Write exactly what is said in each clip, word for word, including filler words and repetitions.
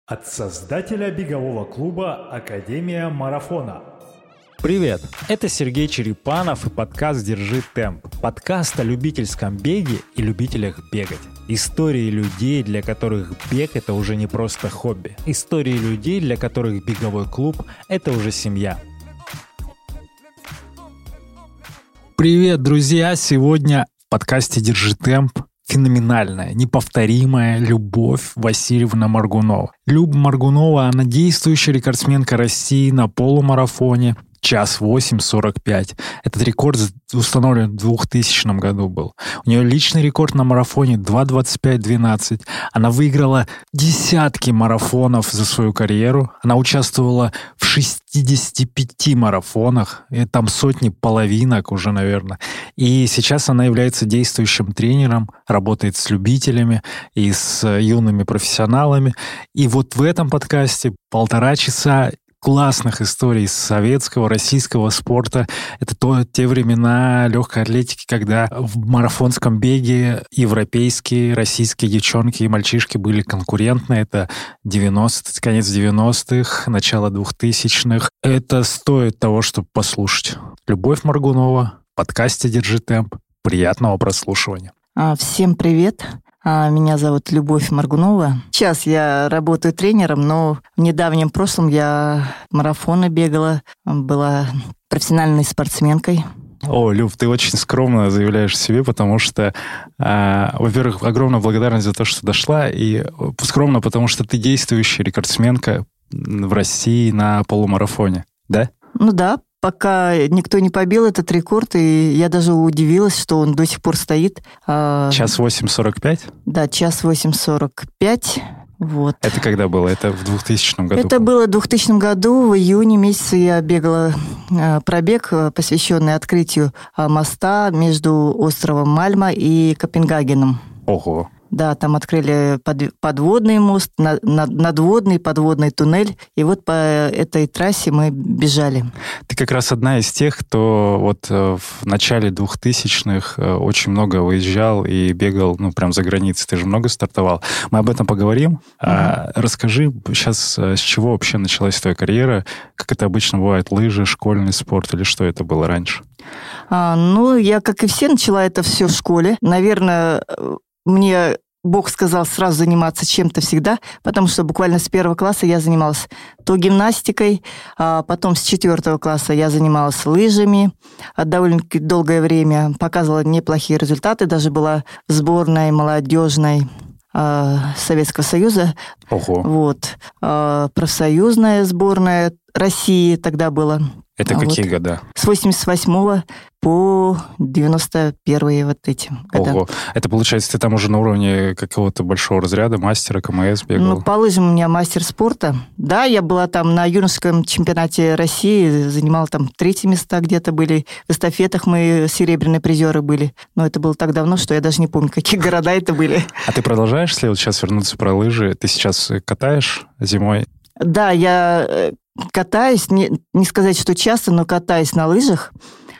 От создателя бегового клуба «Академия марафона». Привет! Это Сергей Черепанов и подкаст «Держи темп». Подкаст о любительском беге и любителях бегать. Истории людей, для которых бег – это уже не просто хобби. Истории людей, для которых беговой клуб – это уже семья. Привет, друзья! Сегодня в подкасте «Держи темп» феноменальная, неповторимая Любовь Васильевна Моргунова. Люба Моргунова, она действующая рекордсменка России на полумарафоне. час восемь сорок пять. Этот рекорд установлен в двухтысячном году был. У нее личный рекорд на марафоне два двадцать пять двенадцать. Она выиграла десятки марафонов за свою карьеру. Она участвовала в шестидесяти пяти марафонах. И там сотни половинок уже, наверное. И сейчас она является действующим тренером, работает с любителями и с юными профессионалами. И вот в этом подкасте полтора часа классных историй советского, российского спорта. Это то, те времена легкой атлетики, когда в марафонском беге европейские, российские девчонки и мальчишки были конкурентны. Это девяностые, конец девяностых, начало двухтысячных. Это стоит того, чтобы послушать. Любовь Моргунова, в подкасте «Держи темп». Приятного прослушивания. Всем привет. Меня зовут Любовь Моргунова. Сейчас я работаю тренером, но в недавнем прошлом я марафоны бегала, была профессиональной спортсменкой. О, Люб, ты очень скромно заявляешь себе, потому что, э, во-первых, огромная благодарность за то, что дошла, и скромно, потому что ты действующая рекордсменка в России на полумарафоне, да? Ну да. Пока никто не побил этот рекорд, и я даже удивилась, что он до сих пор стоит. час восемь сорок пять? Да, час восемь сорок пять. Вот. Это когда было? Это в двухтысячном году? Это было в двухтысячном году. В июне месяце я бегала пробег, посвященный открытию моста между островом Мальма и Копенгагеном. Ого! Да, там открыли под, подводный мост, над, надводный, подводный туннель. И вот по этой трассе мы бежали. Ты как раз одна из тех, кто вот в начале двухтысячных очень много выезжал и бегал, ну, прям за границей. Ты же много стартовал. Мы об этом поговорим. Mm-hmm. А, расскажи сейчас, с чего вообще началась твоя карьера? Как это обычно бывает? Лыжи, школьный спорт или что это было раньше? А, ну, я, как и все, начала это все в школе. Наверное, мне Бог сказал сразу заниматься чем-то всегда, потому что буквально с первого класса я занималась то гимнастикой, а потом с четвертого класса я занималась лыжами довольно-таки долгое время, показывала неплохие результаты, даже была в сборной молодежной э, Советского Союза. Ого. Вот. Э, профсоюзная сборная России тогда была. Это а какие вот. года? С восемьдесят восьмого по девяносто первые вот эти года. Ого. Это получается, ты там уже на уровне какого-то большого разряда, мастера, КМС бегал? Ну, по лыжам у меня мастер спорта. Да, я была там на юношеском чемпионате России, занимала там третьи места где-то были. В эстафетах мы серебряные призеры были. Но это было так давно, что я даже не помню, какие города это были. А ты продолжаешь, если вот сейчас вернуться про лыжи? Ты сейчас катаешь зимой? Да, я катаюсь, не, не сказать, что часто, но катаюсь на лыжах.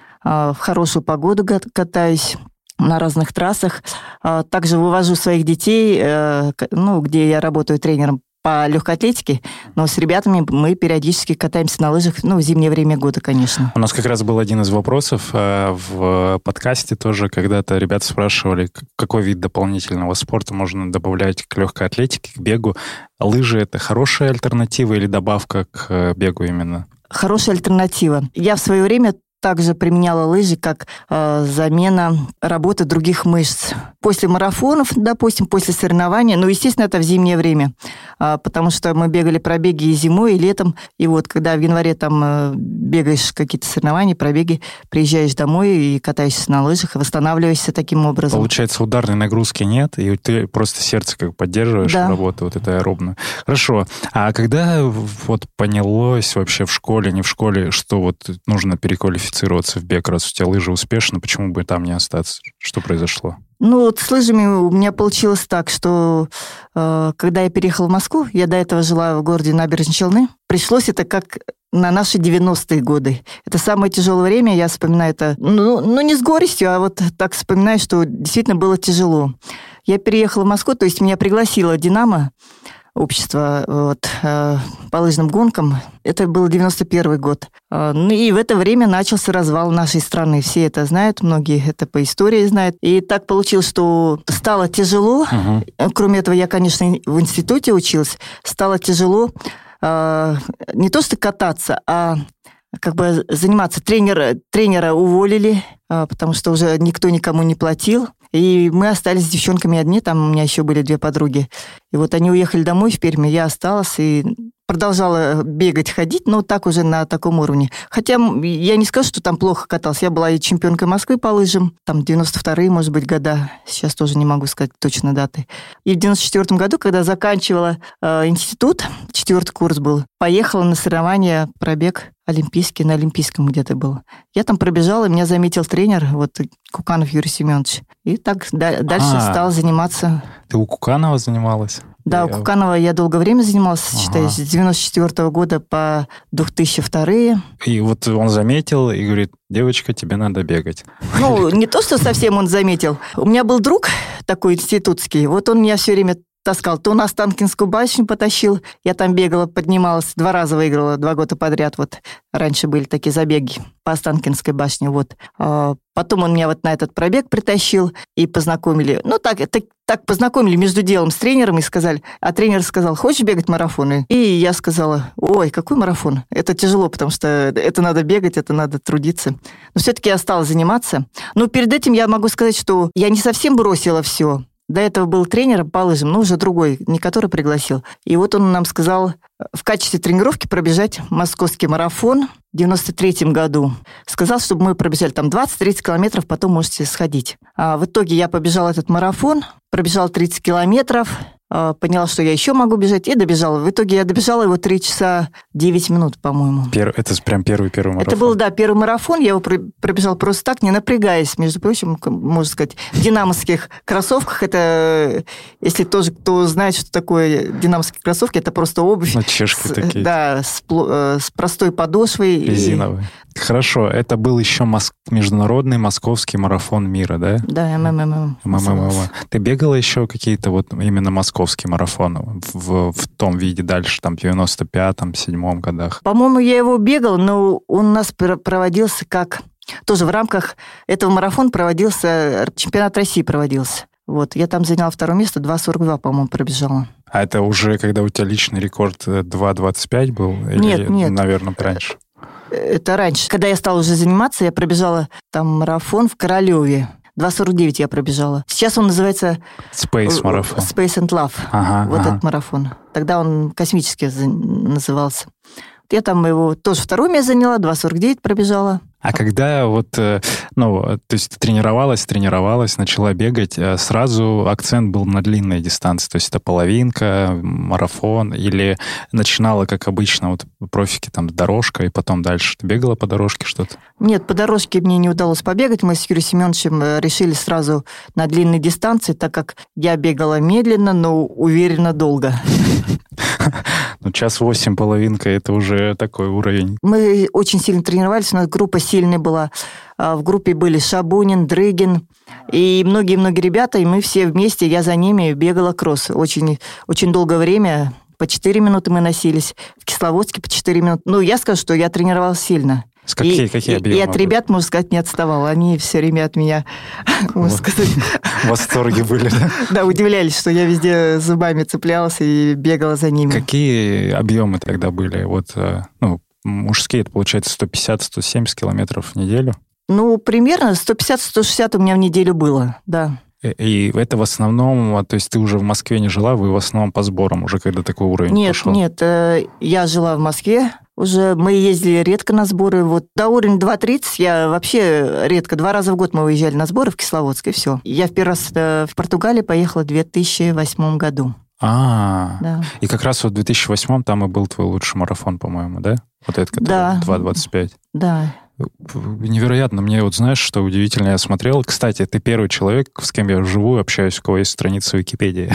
В хорошую погоду катаюсь на разных трассах. Также вывожу своих детей, ну, где я работаю тренером по легкой атлетике, но с ребятами мы периодически катаемся на лыжах, ну, в зимнее время года, конечно. У нас как раз был один из вопросов э, в подкасте тоже, когда-то ребята спрашивали, какой вид дополнительного спорта можно добавлять к легкой атлетике, к бегу. Лыжи — это хорошая альтернатива или добавка к бегу именно? Хорошая альтернатива. Я в свое время также применяла лыжи как э, замена работы других мышц. После марафонов, допустим, после соревнований, ну, естественно, это в зимнее время, э, потому что мы бегали пробеги и зимой, и летом, и вот когда в январе там э, бегаешь какие-то соревнования, пробеги, приезжаешь домой и катаешься на лыжах, и восстанавливаешься таким образом. Получается, ударной нагрузки нет, и ты просто сердце как поддерживаешь, да, работу вот этой аэробную. Хорошо. А когда вот понялось вообще в школе, не в школе, что вот нужно переквалифицироваться в бег, раз у тебя лыжи успешно, почему бы там не остаться? Что произошло? Ну, вот с лыжами у меня получилось так, что э, когда я переехала в Москву, я до этого жила в городе Набережные Челны, пришлось это как на наши девяностые годы. Это самое тяжелое время, я вспоминаю это, ну, ну, не с горестью, а вот так вспоминаю, что действительно было тяжело. Я переехала в Москву, то есть меня пригласила «Динамо», общества вот, по лыжным гонкам. Это был девяносто первый год. Ну и в это время начался развал нашей страны. Все это знают, многие это по истории знают. И так получилось, что стало тяжело. Uh-huh. Кроме этого, я, конечно, в институте училась. Стало тяжело не то что кататься, а как бы заниматься. Тренера, тренера уволили, потому что уже никто никому не платил. И мы остались с девчонками одни, там у меня еще были две подруги. И вот они уехали домой в Пермь, я осталась и продолжала бегать, ходить, но так уже на таком уровне. Хотя я не скажу, что там плохо каталась. Я была и чемпионкой Москвы по лыжам, там девяносто вторые, может быть, года. Сейчас тоже не могу сказать точно даты. И в девяносто четвёртом году, когда заканчивала э, институт, четвертый курс был, поехала на соревнования пробег олимпийский, на Олимпийском где-то был. Я там пробежала, меня заметил тренер, вот Куканов Юрий Семенович. И так да, дальше а, стала заниматься. Ты у Куканова занималась? Да, у Куканова я долгое время занималась, ага. считаю, с девяносто четвёртого года по две тысячи второй. И вот он заметил и говорит: девочка, тебе надо бегать. Ну, не то, что совсем он заметил. У меня был друг такой институтский, вот он меня все время таскал. То на Останкинскую башню потащил, я там бегала, поднималась, два раза выиграла, два года подряд. Вот раньше были такие забеги по Останкинской башне. Вот. Потом он меня вот на этот пробег притащил и познакомили. Ну, так, так, так познакомили между делом с тренером и сказали, а тренер сказал: хочешь бегать марафоны? И я сказала: ой, какой марафон? Это тяжело, потому что это надо бегать, это надо трудиться. Но все-таки я стала заниматься. Но перед этим я могу сказать, что я не совсем бросила все. До этого был тренер по лыжам, но уже другой, не который пригласил. И вот он нам сказал в качестве тренировки пробежать московский марафон в девяносто третьем году. Сказал, чтобы мы пробежали там двадцать-тридцать километров, потом можете сходить. А в итоге я побежала этот марафон, пробежала тридцать километров, поняла, что я еще могу бежать, и добежала. В итоге я добежала его три часа девять минут, по-моему. Пер... Это прям первый-первый марафон? Это был, да, первый марафон. Я его пробежала просто так, не напрягаясь. Между прочим, можно сказать, в динамовских кроссовках. Это, если тоже кто знает, что такое динамовские кроссовки, это просто обувь. Ну, чешки с, такие. Да, с, с простой подошвой. Резиновый. И... Хорошо, это был еще моск... международный московский марафон мира, да? Да, МММ. МММ. Ты бегала еще какие-то вот именно московские марафоны в, в том виде дальше, там, в девяносто пятом, седьмом годах? По-моему, я его бегала, но он у нас проводился как... Тоже в рамках этого марафона проводился... Чемпионат России проводился. Вот, я там заняла второе место, два сорок два, по-моему, пробежала. А это уже когда у тебя личный рекорд два двадцать пять был? Нет, или, нет. Наверное, раньше? Это раньше. Когда я стала уже заниматься, я пробежала там марафон в Королеве. два сорок девять я пробежала. Сейчас он называется... Space марафон. Space and Love. Ага, вот ага. этот марафон. Тогда он космически назывался. Я там его тоже второе место заняла, два сорок девять пробежала. А когда вот, ну, то есть тренировалась, тренировалась, начала бегать, сразу акцент был на длинной дистанции, то есть это половинка, марафон, или начинала, как обычно, вот профики, там, дорожка, и потом дальше ты бегала по дорожке что-то? Нет, по дорожке мне не удалось побегать, мы с Юрием Семеновичем решили сразу на длинной дистанции, так как я бегала медленно, но уверенно долго. Ну, час восемь, половинка, это уже такой уровень. Мы очень сильно тренировались, у нас группа сильная была. В группе были Шабунин, Дрыгин и многие-многие ребята, и мы все вместе, я за ними бегала кросс. Очень, очень долгое время, по четыре минуты мы носились, в Кисловодске по четыре минуты. Ну, я скажу, что я тренировалась сильно. С какие, и, какие и, объемы? И от ребят, можно сказать, не отставала. Они все время от меня, можно сказать... В восторге были, да? Да, удивлялись, что я везде зубами цеплялась и бегала за ними. Какие объемы тогда были? Вот, ну, мужские, это получается сто пятьдесят - сто семьдесят километров в неделю? Ну, примерно сто пятьдесят - сто шестьдесят у меня в неделю было, да. И это в основном, то есть ты уже в Москве не жила, вы в основном по сборам уже, когда такой уровень нет, пошел? Нет, нет, я жила в Москве уже, мы ездили редко на сборы, вот до уровня два тридцать я вообще редко, два раза в год мы выезжали на сборы в Кисловодск, и все. Я в первый раз в Португалии поехала в две тысячи восьмом году. А, да. И как раз вот в две тысячи восьмом там и был твой лучший марафон, по-моему, да? Вот этот, который да. два двадцать пять. Да. Невероятно. Мне вот, знаешь, что удивительно, я смотрел. Кстати, ты первый человек, с кем я вживую общаюсь, у кого есть страница Википедии.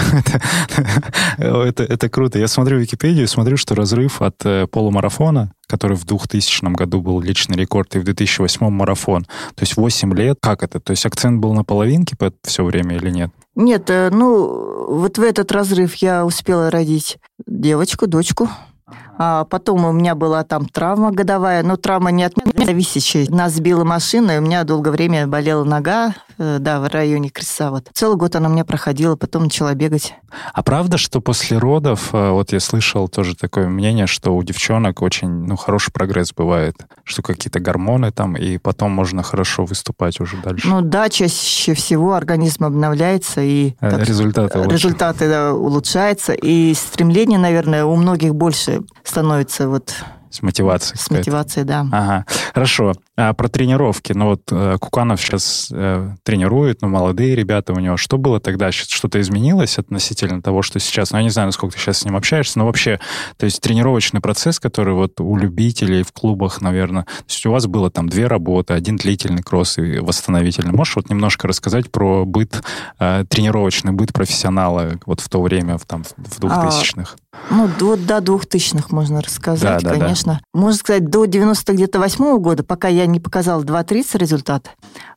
это, это круто. Я смотрю Википедию, смотрю, что разрыв от полумарафона, который в двухтысячном году был личный рекорд, и в две тысячи восьмом марафон. То есть восемь лет. Как это? То есть акцент был на половинке все время или нет? Нет, ну, вот в этот разрыв я успела родить девочку, дочку. А потом у меня была там травма годовая, но травма не от меня зависящая. Нас сбила машина, и у меня долгое время болела нога, да, в районе креста. Вот. Целый год она у меня проходила, потом начала бегать. А правда, что после родов, вот я слышал тоже такое мнение, что у девчонок очень, ну, хороший прогресс бывает, что какие-то гормоны там, и потом можно хорошо выступать уже дальше? Ну да, чаще всего организм обновляется, и результаты, результаты да, улучшаются, и стремление, наверное, у многих больше становится вот... С мотивацией. С мотивацией, да. Ага, хорошо. А про тренировки. Ну вот Куканов сейчас э, тренирует, ну молодые ребята у него. Что было тогда? Что-то изменилось относительно того, что сейчас? Ну я не знаю, насколько ты сейчас с ним общаешься, но вообще, то есть тренировочный процесс, который вот у любителей в клубах, наверное, то есть у вас было там две работы, один длительный кросс и восстановительный. Можешь вот немножко рассказать про быт, э, тренировочный быт профессионала вот в то время, в, там, в двухтысячных? А, ну, до, до двухтысячных можно рассказать, да, да, конечно. Да. Можно сказать, до девяносто восьмого года, пока я не показала два тридцать результат,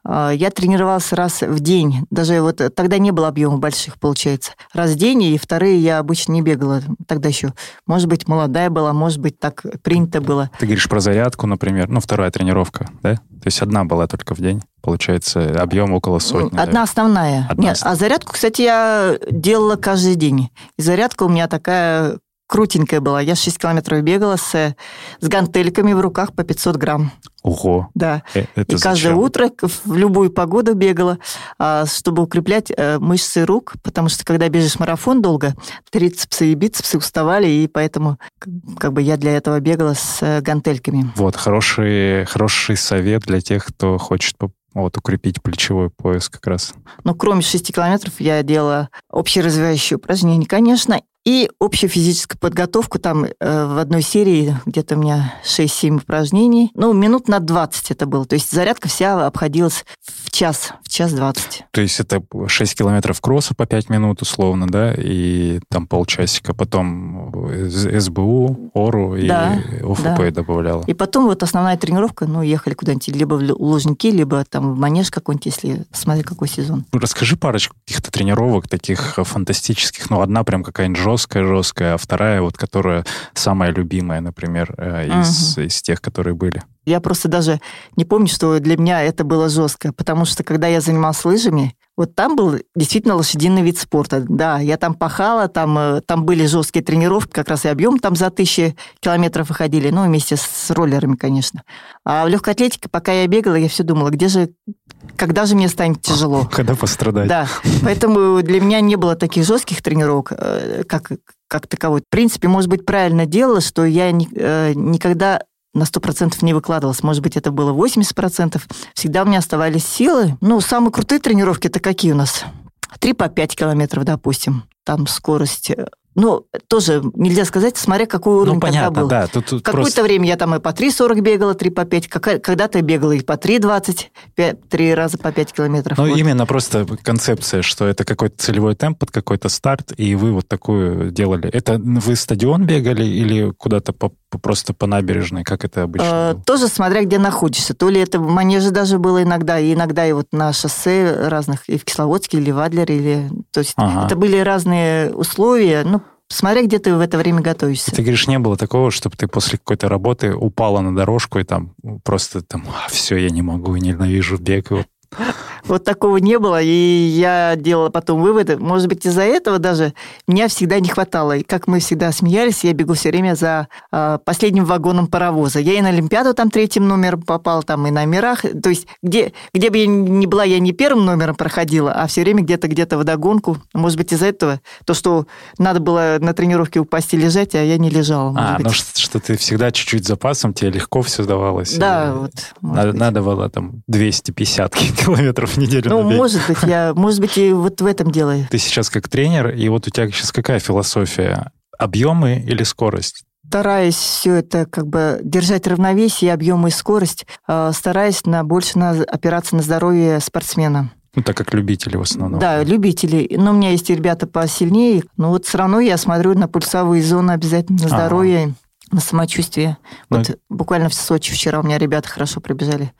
я тренировалась раз в день. Даже вот тогда не было объемов больших, получается. Раз в день, и вторые я обычно не бегала. Тогда еще, может быть, молодая была, может быть, так принято было. Ты говоришь про зарядку, например, ну, вторая тренировка, да? То есть одна была только в день, получается, объем около сотни. Одна да? основная. Одна Нет, основная. А зарядку, кстати, я делала каждый день. И зарядка у меня такая... крутенькая была. Я шесть километров бегала с, с гантельками в руках по пятьсот грамм. Ого! Да. Это и каждое зачем? утро в любую погоду бегала, чтобы укреплять мышцы рук, потому что когда бежишь марафон долго, трицепсы и бицепсы уставали, и поэтому как бы я для этого бегала с гантельками. Вот, хороший, хороший совет для тех, кто хочет вот, укрепить плечевой пояс как раз. Ну, кроме шести километров я делала общеразвивающие упражнения, конечно, и общую физическую подготовку. Там э, в одной серии где-то у меня шесть-семь упражнений. Ну, минут на двадцать это было. То есть зарядка вся обходилась в час, в час двадцать. То есть это шесть километров кросса по пять минут условно, да? И там полчасика. Потом эс бэ у, ОРУ и да, о эф пэ да. добавляла. И потом вот основная тренировка, ну, ехали куда-нибудь либо в Лужники, либо там в Манеж какой-нибудь, если смотри, какой сезон. Расскажи парочку каких-то тренировок таких фантастических. Ну, одна прям какая-нибудь жесткая-жесткая, а вторая, вот, которая самая любимая, например, из, угу. из тех, которые были. Я просто даже не помню, что для меня это было жестко, потому что когда я занималась лыжами, вот там был действительно лошадиный вид спорта. Да, я там пахала, там, там были жесткие тренировки, как раз и объем там за тысячи километров выходили, ну, вместе с роллерами, конечно. А в легкой атлетике, пока я бегала, я все думала, где же, когда же мне станет тяжело? Когда пострадать? Да, поэтому для меня не было таких жестких тренировок, как, как таковой. В принципе, может быть, правильно делала, что я ни, никогда... на сто процентов не выкладывалась. Может быть, это было восемьдесят процентов. Всегда у меня оставались силы. Ну, самые крутые тренировки-то какие у нас? три по пять километров, допустим. Там скорость... Ну, тоже нельзя сказать, смотря какой уровень ну, понятно, тогда был. Да, тут, тут Какое-то просто... время я там и по три сорок бегала, три по пять. Когда-то я бегала и по три двадцать, три раза по пять километров. Ну, вот. Именно просто концепция, что это какой-то целевой темп под какой-то старт, и вы вот такую делали. Это вы стадион бегали или куда-то по, просто по набережной? Как это обычно а, было? Тоже смотря где находишься. То ли это в Манеже даже было иногда, и иногда и вот на шоссе разных, и в Кисловодске, или в Адлере, или... То есть ага. это были разные условия, ну, смотря где ты в это время готовишься. Ты говоришь, не было такого, чтобы ты после какой-то работы упала на дорожку и там просто там, а, все, я не могу, ненавижу бег. Вот. Вот такого не было, и я делала потом выводы. Может быть, из-за этого даже меня всегда не хватало. И как мы всегда смеялись, я бегу все время за э, последним вагоном паровоза. Я и на Олимпиаду там третьим номером попала, там и на мирах. То есть где, где бы я ни была, я не первым номером проходила, а все время где-то где-то вдогонку. Может быть, из-за этого то, что надо было на тренировке упасть и лежать, а я не лежала. А, быть. ну что, что ты всегда чуть-чуть запасом, тебе легко все давалось. Да, вот. Надо, надо было там двести пятьдесят километров в неделю. Ну, набить. может быть, я, может быть, и вот в этом дело. Ты сейчас как тренер, и вот у тебя сейчас какая философия? Объемы или скорость? Стараюсь все это как бы держать равновесие, объемы и скорость, стараюсь на, больше на, опираться на здоровье спортсмена. Ну, так как любители в основном. Да, любители. Но у меня есть и ребята посильнее, но вот все равно я смотрю на пульсовые зоны обязательно, на здоровье, ага. на самочувствие. Вот ну, буквально в Сочи вчера у меня ребята хорошо пробежали.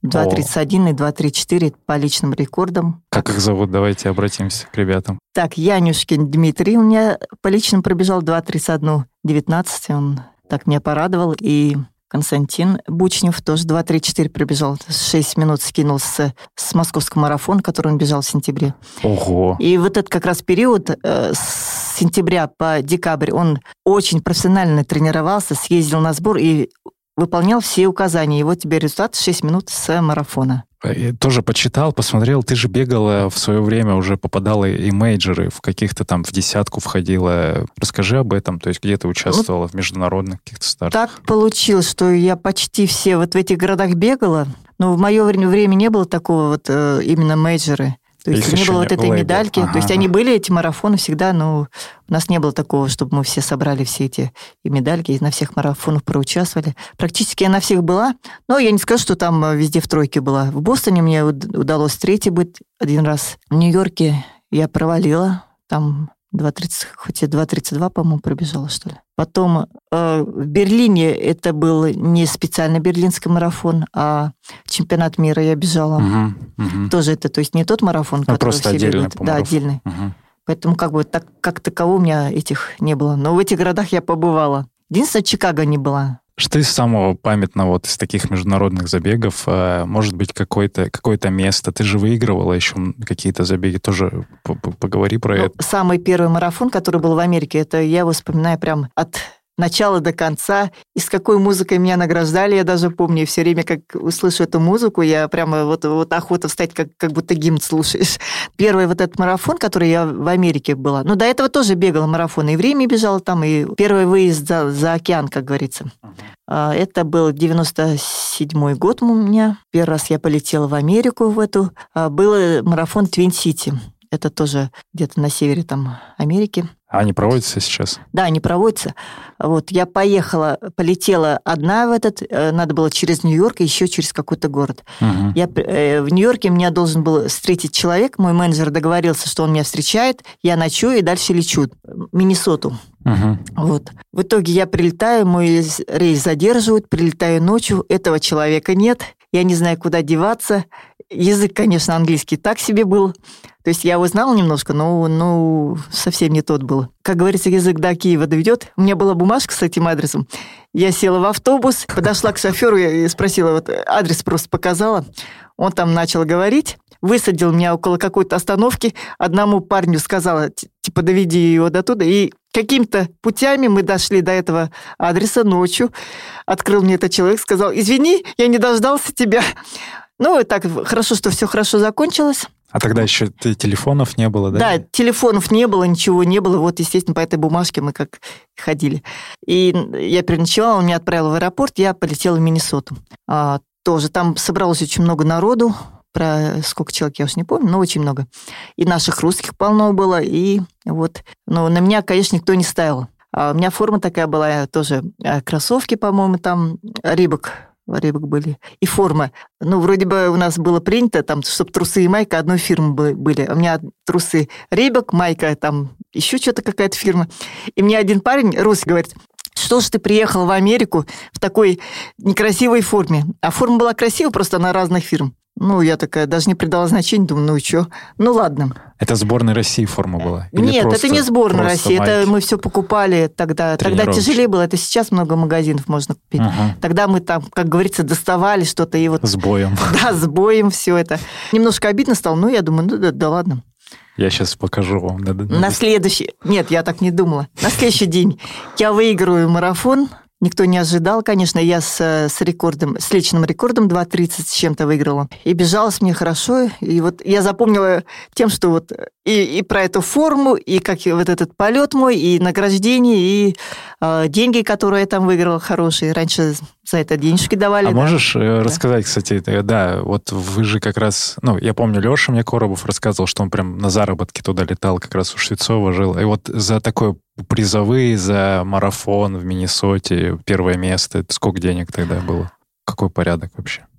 два тридцать один и два тридцать четыре по личным рекордам. Как их зовут? Давайте обратимся к ребятам. Так, Янюшкин Дмитрий у меня по личным пробежал два тридцать один девятнадцать. Он так меня порадовал. И Константин Бучнев тоже два тридцать четыре пробежал. шесть минут скинул с, с московского марафона, который он бежал в сентябре. Ого! И вот этот как раз период э, с сентября по декабрь он очень профессионально тренировался, съездил на сбор и выполнял все указания. И вот тебе результат шесть минут с марафона. Я тоже почитал, посмотрел. Ты же бегала в свое время, уже попадала и мейджоры, в каких-то там в десятку входила. Расскажи об этом, то есть где ты участвовала, ну, в международных каких-то стартах? Так получилось, что я почти все вот в этих городах бегала, но в мое время не было такого вот э, именно мейджоры. То есть Их не было вот этой лейбл. медальки. Ага. То есть они были, эти марафоны, всегда, но у нас не было такого, чтобы мы все собрали все эти и медальки, и на всех марафонах проучаствовали. Практически я на всех была, но я не скажу, что там везде в тройке была. В Бостоне мне удалось третий быть один раз. В Нью-Йорке я провалила, там два тридцать, хоть и два тридцать два, по-моему, пробежала, что ли. Потом э, в Берлине это был не специально берлинский марафон, а чемпионат мира я бежала. Угу, угу. Тоже это, то есть не тот марафон, ну, который просто все отдельный, бегут. Да, отдельный. Угу. Поэтому как бы так, как такового у меня этих не было. Но в этих городах я побывала. Единственное, Чикаго не была. Что из самого памятного вот из таких международных забегов? Может быть, какое-то, какое-то место? Ты же выигрывала еще какие-то забеги. Тоже поговори про ну, это. Самый первый марафон, который был в Америке, это я его вспоминаю прям от начала до конца. И с какой музыкой меня награждали, я даже помню. И все время, как услышу эту музыку, я прямо вот, вот охота встать, как, как будто гимн слушаешь. Первый вот этот марафон, который я в Америке была. Ну, до этого тоже бегала марафоны. И в Риме бежала там, и первый выезд за, за океан, как говорится. Uh-huh. Это был девяносто седьмой год у меня. Первый раз я полетела в Америку в эту. Был марафон Твин-Сити. Это тоже где-то на севере там Америки. А они проводятся сейчас? Да, они проводятся. Вот, я поехала, полетела одна в этот, надо было через Нью-Йорк и еще через какой-то город. Угу. Я, э, в Нью-Йорке меня должен был встретить человек, мой менеджер договорился, что он меня встречает, я ночую и дальше лечу в Миннесоту. Угу. Вот. В итоге я прилетаю, мой рейс задерживают, прилетаю ночью, этого человека нет, я не знаю, куда деваться. Язык, конечно, английский так себе был. То есть я его знала немножко, но ну, совсем не тот был. Как говорится, язык до Киева доведет. У меня была бумажка с этим адресом. Я села в автобус, подошла к шоферу и спросила, вот адрес просто показала. Он там начал говорить, высадил меня около какой-то остановки. Одному парню сказала, типа, доведи его до туда. И какими-то путями мы дошли до этого адреса ночью. Открыл мне этот человек, сказал, извини, я не дождался тебя. Ну, и так хорошо, что все хорошо закончилось. А тогда еще телефонов не было, да? Да, телефонов не было, ничего не было. Вот, естественно, по этой бумажке мы как ходили. И я переночевала, он меня отправил в аэропорт, я полетела в Миннесоту. А, тоже там собралось очень много народу. Про сколько человек, я уж не помню, но очень много. И наших русских полно было, и вот. Но на меня, конечно, никто не ставил. А у меня форма такая была, тоже кроссовки, по-моему, там, Рибок. Рибок были. И форма. Ну, вроде бы у нас было принято, там, чтобы трусы и майка одной фирмы были. У меня трусы Рибок, майка, там, еще что-то какая-то фирма. И мне один парень, русский, говорит, что ж ты приехал в Америку в такой некрасивой форме? А форма была красивая, просто она разных фирм. Ну, я такая даже не придала значения, думаю, ну и что? Ну, ладно. Это сборной России форма была? Или Нет, просто, это не сборная России, майки? Это мы все покупали тогда. Тогда тяжелее было, это сейчас много магазинов можно купить. Угу. Тогда мы там, как говорится, доставали что-то и вот... С боем. Да, с боем все это. Немножко обидно стало, но я думаю, ну да, да ладно. Я сейчас покажу вам. На следующий... Нет, я так не думала. На следующий день я выиграю марафон. Никто не ожидал, конечно, я с, с рекордом, с личным рекордом два тридцать с чем-то выиграла. И бежалось мне хорошо. И вот я запомнила тем, что вот и, и про эту форму, и как вот этот полет мой, и награждение, и э, деньги, которые я там выиграла, хорошие. Раньше за это денежки давали. А да. можешь да. рассказать, кстати, да, вот вы же как раз, ну, я помню, Леша мне Коробов рассказывал, что он прям на заработки туда летал, как раз у Швецова жил. И вот за такое призовые, за марафон в Миннесоте, первое место, это сколько денег тогда было? Какой порядок вообще?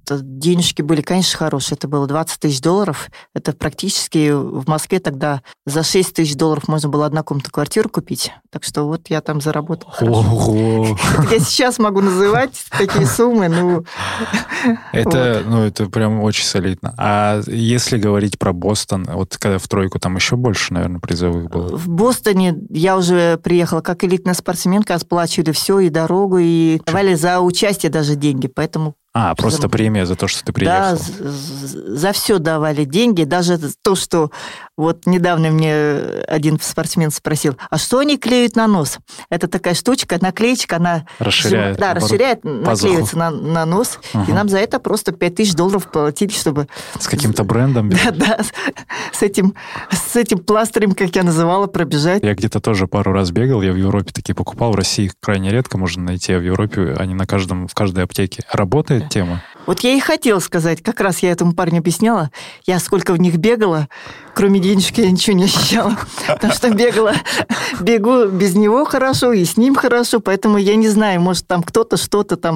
денежки были, конечно, хорошие. Это было двадцать тысяч долларов. Это практически в Москве тогда за шесть тысяч долларов можно было однокомнатную квартиру купить. Так что вот я там заработал хорошо. Ого! Я сейчас могу называть такие суммы, ну... Это, вот. Ну, это прям очень солидно. А если говорить про Бостон, вот когда в тройку, там еще больше, наверное, призовых было? В Бостоне я уже приехала как элитная спортсменка, оплачивали все, и дорогу, и давали за участие даже деньги, поэтому... А, просто премия за то, что ты приехал. Да, за, за все давали деньги. Даже то, что вот недавно мне один спортсмен спросил, а что они клеют на нос? Это такая штучка, наклеечка, она... Расширяет. Да, расширяет, наклеивается на, на нос. Ага. И нам за это просто пять тысяч долларов платили, чтобы... С каким-то брендом? Да, да, с этим, с этим пластырем, как я называла, пробежать. Я где-то тоже пару раз бегал, я в Европе такие покупал. В России их крайне редко можно найти, а в Европе они на каждом, в каждой аптеке. Работает тема? Вот я и хотела сказать, как раз я этому парню объясняла, я сколько в них бегала, кроме денежки я ничего не ощущала, потому что бегала, бегу без него хорошо и с ним хорошо, поэтому я не знаю, может, там кто-то что-то там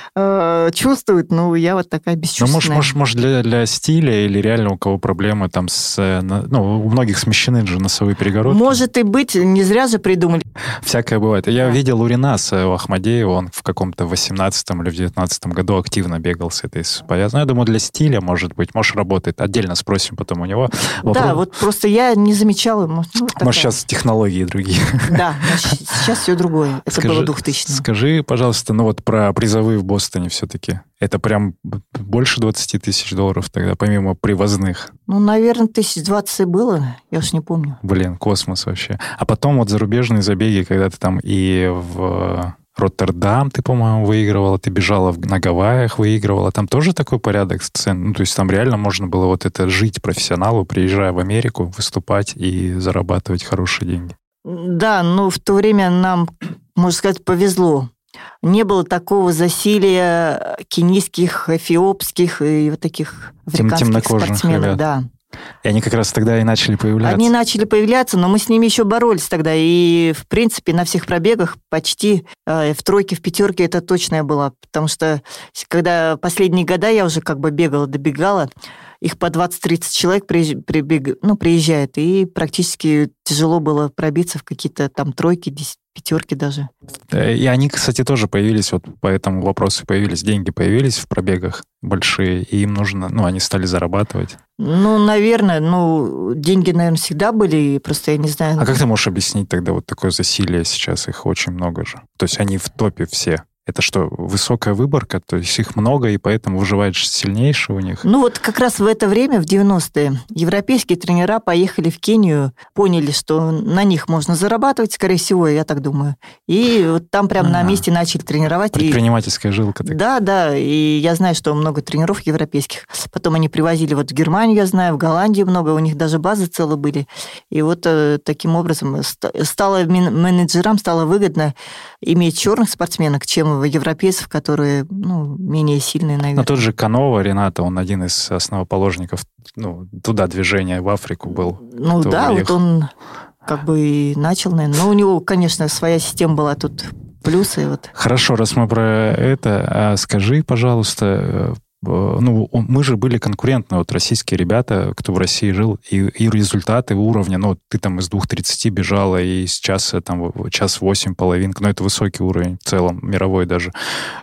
э, чувствует, но я вот такая бесчувственная. Ну, может, может, может для, для стиля или реально у кого проблемы там с... Ну, у многих смещены же носовые перегородки. Может и быть, не зря же придумали. Всякое бывает. Я да. видел у Ринаса у Ахмадеева, он в каком-то восемнадцатом или в девятнадцатом году активно бегал с этой повязкой. Я думаю, для стиля, может быть, может, работает. Отдельно спросим потом у него. Вопрос... Да, вот просто я не замечала. Ну, вот может, сейчас технологии другие. Да, сейчас все другое. Это скажи, было двухтысячное. Скажи, пожалуйста, ну вот про призовые в Бостоне все-таки. Это прям больше двадцать тысяч долларов тогда, помимо привозных? Ну, наверное, тысяч двадцать было, я уж не помню. Блин, космос вообще. А потом вот зарубежные забеги, когда ты там и в... Роттердам ты, по-моему, выигрывала, ты бежала на Гавайях, выигрывала. Там тоже такой порядок сцен? Ну, то есть там реально можно было вот это жить профессионалу, приезжая в Америку, выступать и зарабатывать хорошие деньги. Да, но в то время нам, можно сказать, повезло. Не было такого засилия кенийских, эфиопских и вот таких африканских спортсменов. Ребят. Да. И они как раз тогда и начали появляться. Они начали появляться, но мы с ними еще боролись тогда. И, в принципе, на всех пробегах почти э, в тройке, в пятерке это точно я была. Потому что, когда последние года я уже как бы бегала, добегала, их по двадцать-тридцать человек приезж... прибег... ну, приезжает, и практически тяжело было пробиться в какие-то там тройки, десять, пятерки даже. И они, кстати, тоже появились, вот по этому вопросу появились, деньги появились в пробегах большие, и им нужно, ну, они стали зарабатывать. Ну, наверное, ну, деньги, наверное, всегда были, просто я не знаю. А как ты можешь объяснить тогда вот такое засилие сейчас? Их очень много же. То есть они в топе все. Это что, высокая выборка? То есть их много, и поэтому выживает сильнейший у них? Ну вот как раз в это время, в девяностые, европейские тренера поехали в Кению, поняли, что на них можно зарабатывать, скорее всего, я так думаю. И вот там прямо А-а-а. на месте начали тренировать. Предпринимательская и... жилка. Так. Да, да, и я знаю, что много тренеров европейских. Потом они привозили вот в Германию, я знаю, в Голландию много, у них даже базы целые были. И вот э, таким образом стало менеджерам стало выгодно иметь черных спортсменок, чем европейцев, которые, ну, менее сильные, наверное. Но тот же Канова, Рената, он один из основоположников, ну, туда движения в Африку был. Ну да, уехал. Вот он как бы и начал, наверное. Но у него, конечно, своя система была тут, плюсы. Вот. Хорошо, раз мы про это, скажи, пожалуйста, ну, мы же были конкурентны, вот российские ребята, кто в России жил, и, и результаты уровня, ну, ты там из двух тридцати бежала, и сейчас там час восемь, половинка, но это высокий уровень в целом, мировой даже.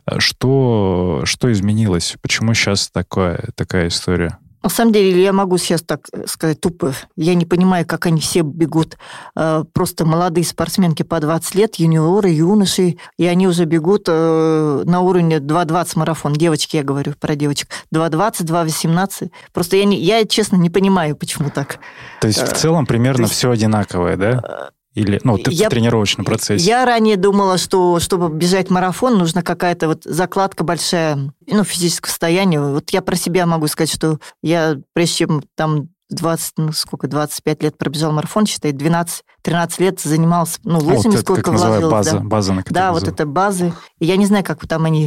Что, что изменилось? Почему сейчас такая, такая история? На самом деле, я могу сейчас так сказать тупо, я не понимаю, как они все бегут. Просто молодые спортсменки по двадцать лет, юниоры, юноши, и они уже бегут на уровне два двадцать марафон. Девочки, я говорю про девочек. два двадцать, два восемнадцать. Просто я, не, я честно, не понимаю, почему так. То есть, в целом, примерно есть... все одинаковое, да? Или, ну, ты я, в тренировочном процессе? Я ранее думала, что, чтобы бежать марафон, нужна какая-то вот закладка большая, ну, физическое состояние. Вот я про себя могу сказать, что я, прежде чем там двадцать, ну, сколько, двадцать пять лет пробежал марафон, считай, двенадцать-тринадцать лет занимался, ну, лосями вот сколько вложилось. База, да, база, на да вот это базы. И я не знаю, как там они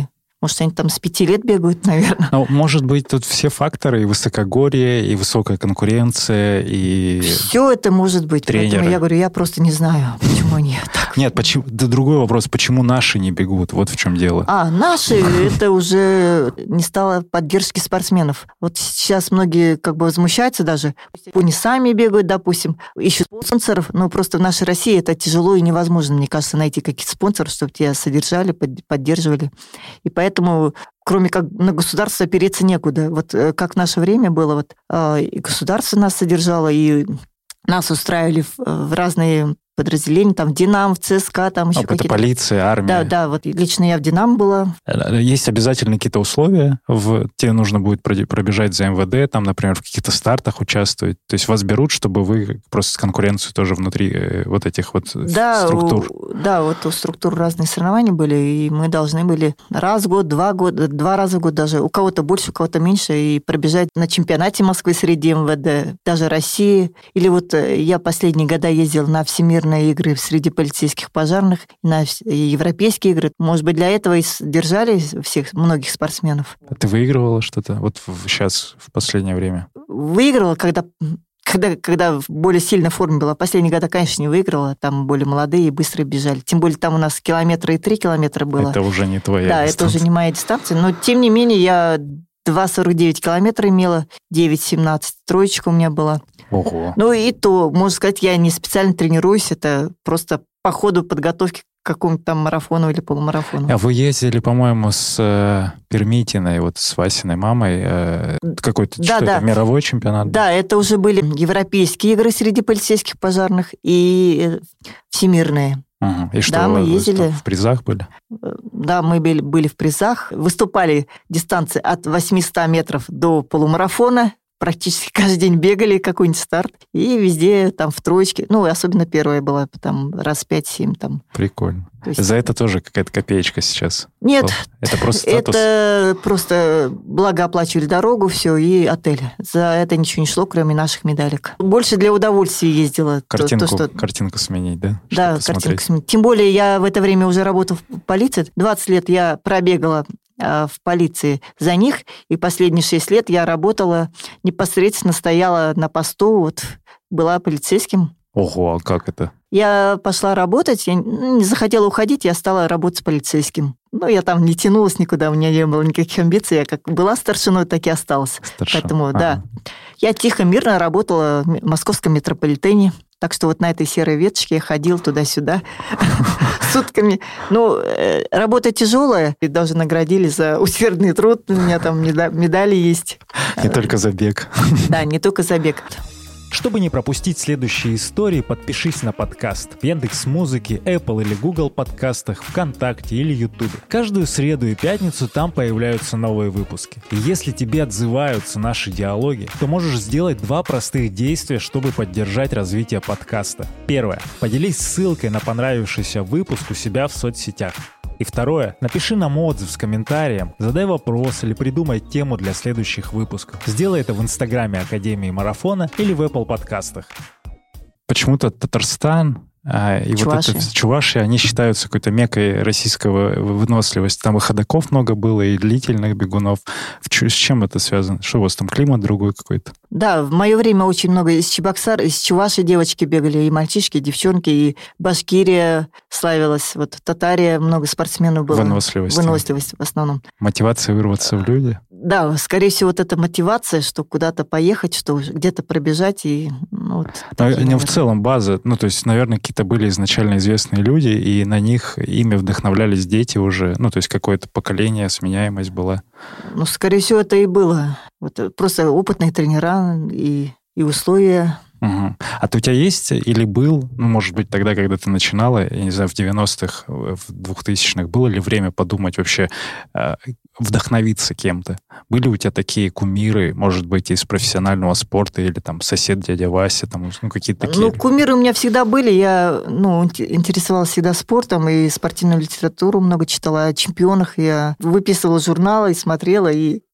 Может, они там с пяти лет бегают, наверное. Ну, может быть, тут все факторы, и высокогорье, и высокая конкуренция, и все это может быть. тренеры. Поэтому я говорю, я просто не знаю, почему они так. Нет, почему? Да, другой вопрос, почему наши не бегут? Вот в чем дело. А, наши, это уже не стало поддержки спортсменов. Вот сейчас многие как бы возмущаются даже. Они сами бегают, допустим, ищут спонсоров, но просто в нашей России это тяжело и невозможно, мне кажется, найти каких-то спонсоров, чтобы тебя содержали, поддерживали. И поэтому Поэтому, кроме как на государство, опереться некуда. Вот как в наше время было, вот и государство нас содержало, и нас устраивали в, в разные подразделения, там, Динамо, в ЦСКА, там еще а, какие-то... Это полиция, армия. Да, да, вот лично я в Динамо была. Есть обязательно какие-то условия, в... тебе нужно будет пробежать за эм вэ дэ, там, например, в каких-то стартах участвовать, то есть вас берут, чтобы вы просто конкуренцию тоже внутри вот этих вот да, структур. У, да, вот у структур разные соревнования были, и мы должны были раз в год, два года, два раза в год даже, у кого-то больше, у кого-то меньше, и пробежать на чемпионате Москвы среди эм вэ дэ, даже России. Или вот я последние года ездила на всемирные игры среди полицейских пожарных, на европейские игры. Может быть, для этого и держали всех, многих спортсменов. А ты выигрывала что-то вот сейчас, в последнее время? Выигрывала, когда... Когда, когда в более сильной форме была. Последние года, конечно, не выиграла. Там более молодые и быстро бежали. Тем более там у нас километра и три километра было. Это уже не твоя да, дистанция. Это уже не моя дистанция. Но, тем не менее, я два сорок девять километра имела, девять семнадцать. Троечка у меня была. Ого. Ну и то, можно сказать, я не специально тренируюсь. Это просто по ходу подготовки к какому-то там марафону или полумарафону. А вы ездили, по-моему, с э, Пермитиной, вот с Васиной мамой, э, какой-то да, что да. это, мировой чемпионат? Да, это уже были европейские игры среди полицейских пожарных и всемирные. Угу. И что, да, мы ездили. В призах были? Да, мы были, были в призах. Выступали дистанции от восьмисот метров до полумарафона. Практически каждый день бегали, какой-нибудь старт. И везде там в троечке. Ну, особенно первая была, там раз пять-семь там. Прикольно. Есть... За это тоже какая-то копеечка сейчас? Нет. Это просто статус? Это просто благо оплачивали дорогу, все, и отель. За это ничего не шло, кроме наших медалек. Больше для удовольствия ездила. Картинку, то, что... картинку сменить, да? Да, картинку сменить. Тем более я в это время уже работала в полиции. двадцать лет я пробегала в полиции за них, и последние шесть лет я работала, непосредственно стояла на посту, вот, была полицейским. Ого, а как это? Я пошла работать, я не захотела уходить, я стала работать с полицейским. Ну, я там не тянулась никуда, у меня не было никаких амбиций, я как была старшиной, так и осталась. Старшина. Поэтому, ага. да, я тихо, мирно работала в московском метрополитене, так что вот на этой серой веточке я ходила туда-сюда сутками. Ну, работа тяжелая, и даже наградили за усердный труд, у меня там медали есть. Не только за бег. Да, не только за бег. Чтобы не пропустить следующие истории, подпишись на подкаст в Яндекс.Музыке, Apple или Google подкастах, ВКонтакте или Ютубе. Каждую среду и пятницу там появляются новые выпуски. И если тебе отзываются наши диалоги, то можешь сделать два простых действия, чтобы поддержать развитие подкаста. Первое. Поделись ссылкой на понравившийся выпуск у себя в соцсетях. И второе, напиши нам отзыв с комментарием, задай вопрос или придумай тему для следующих выпусков. Сделай это в Инстаграме Академии Марафона или в Apple подкастах. Почему-то Татарстан а, и Чувашия. вот это Чувашия, они считаются какой-то мекой российского выносливости. Там и ходоков много было, и длительных бегунов. С чем это связано? Что у вас там, климат другой какой-то? Да, в мое время очень много из Чебоксар, из Чувашии девочки бегали, и мальчишки, и девчонки, и Башкирия славилась, вот Татария, много спортсменов было. Выносливость. Выносливость в основном. Мотивация вырваться в люди? Да, скорее всего, вот эта мотивация, что куда-то поехать, что где-то пробежать, и ну, вот Но не в целом база, ну, то есть, наверное, какие-то были изначально известные люди, и на них ими вдохновлялись дети уже, ну, то есть, какое-то поколение, сменяемость была. Ну, скорее всего, это и было. Вот просто опытные тренера и, и условия. Угу. А ты у тебя есть или был, ну, может быть, тогда, когда ты начинала, я не знаю, в девяностых, в двухтысячных, было ли время подумать вообще, э, вдохновиться кем-то? Были у тебя такие кумиры, может быть, из профессионального спорта или там сосед дядя Вася, там, ну, какие-то такие? Ну, кумиры у меня всегда были. Я, ну, интересовалась всегда спортом, и спортивную литературу много читала о чемпионах. Я выписывала журналы и смотрела, и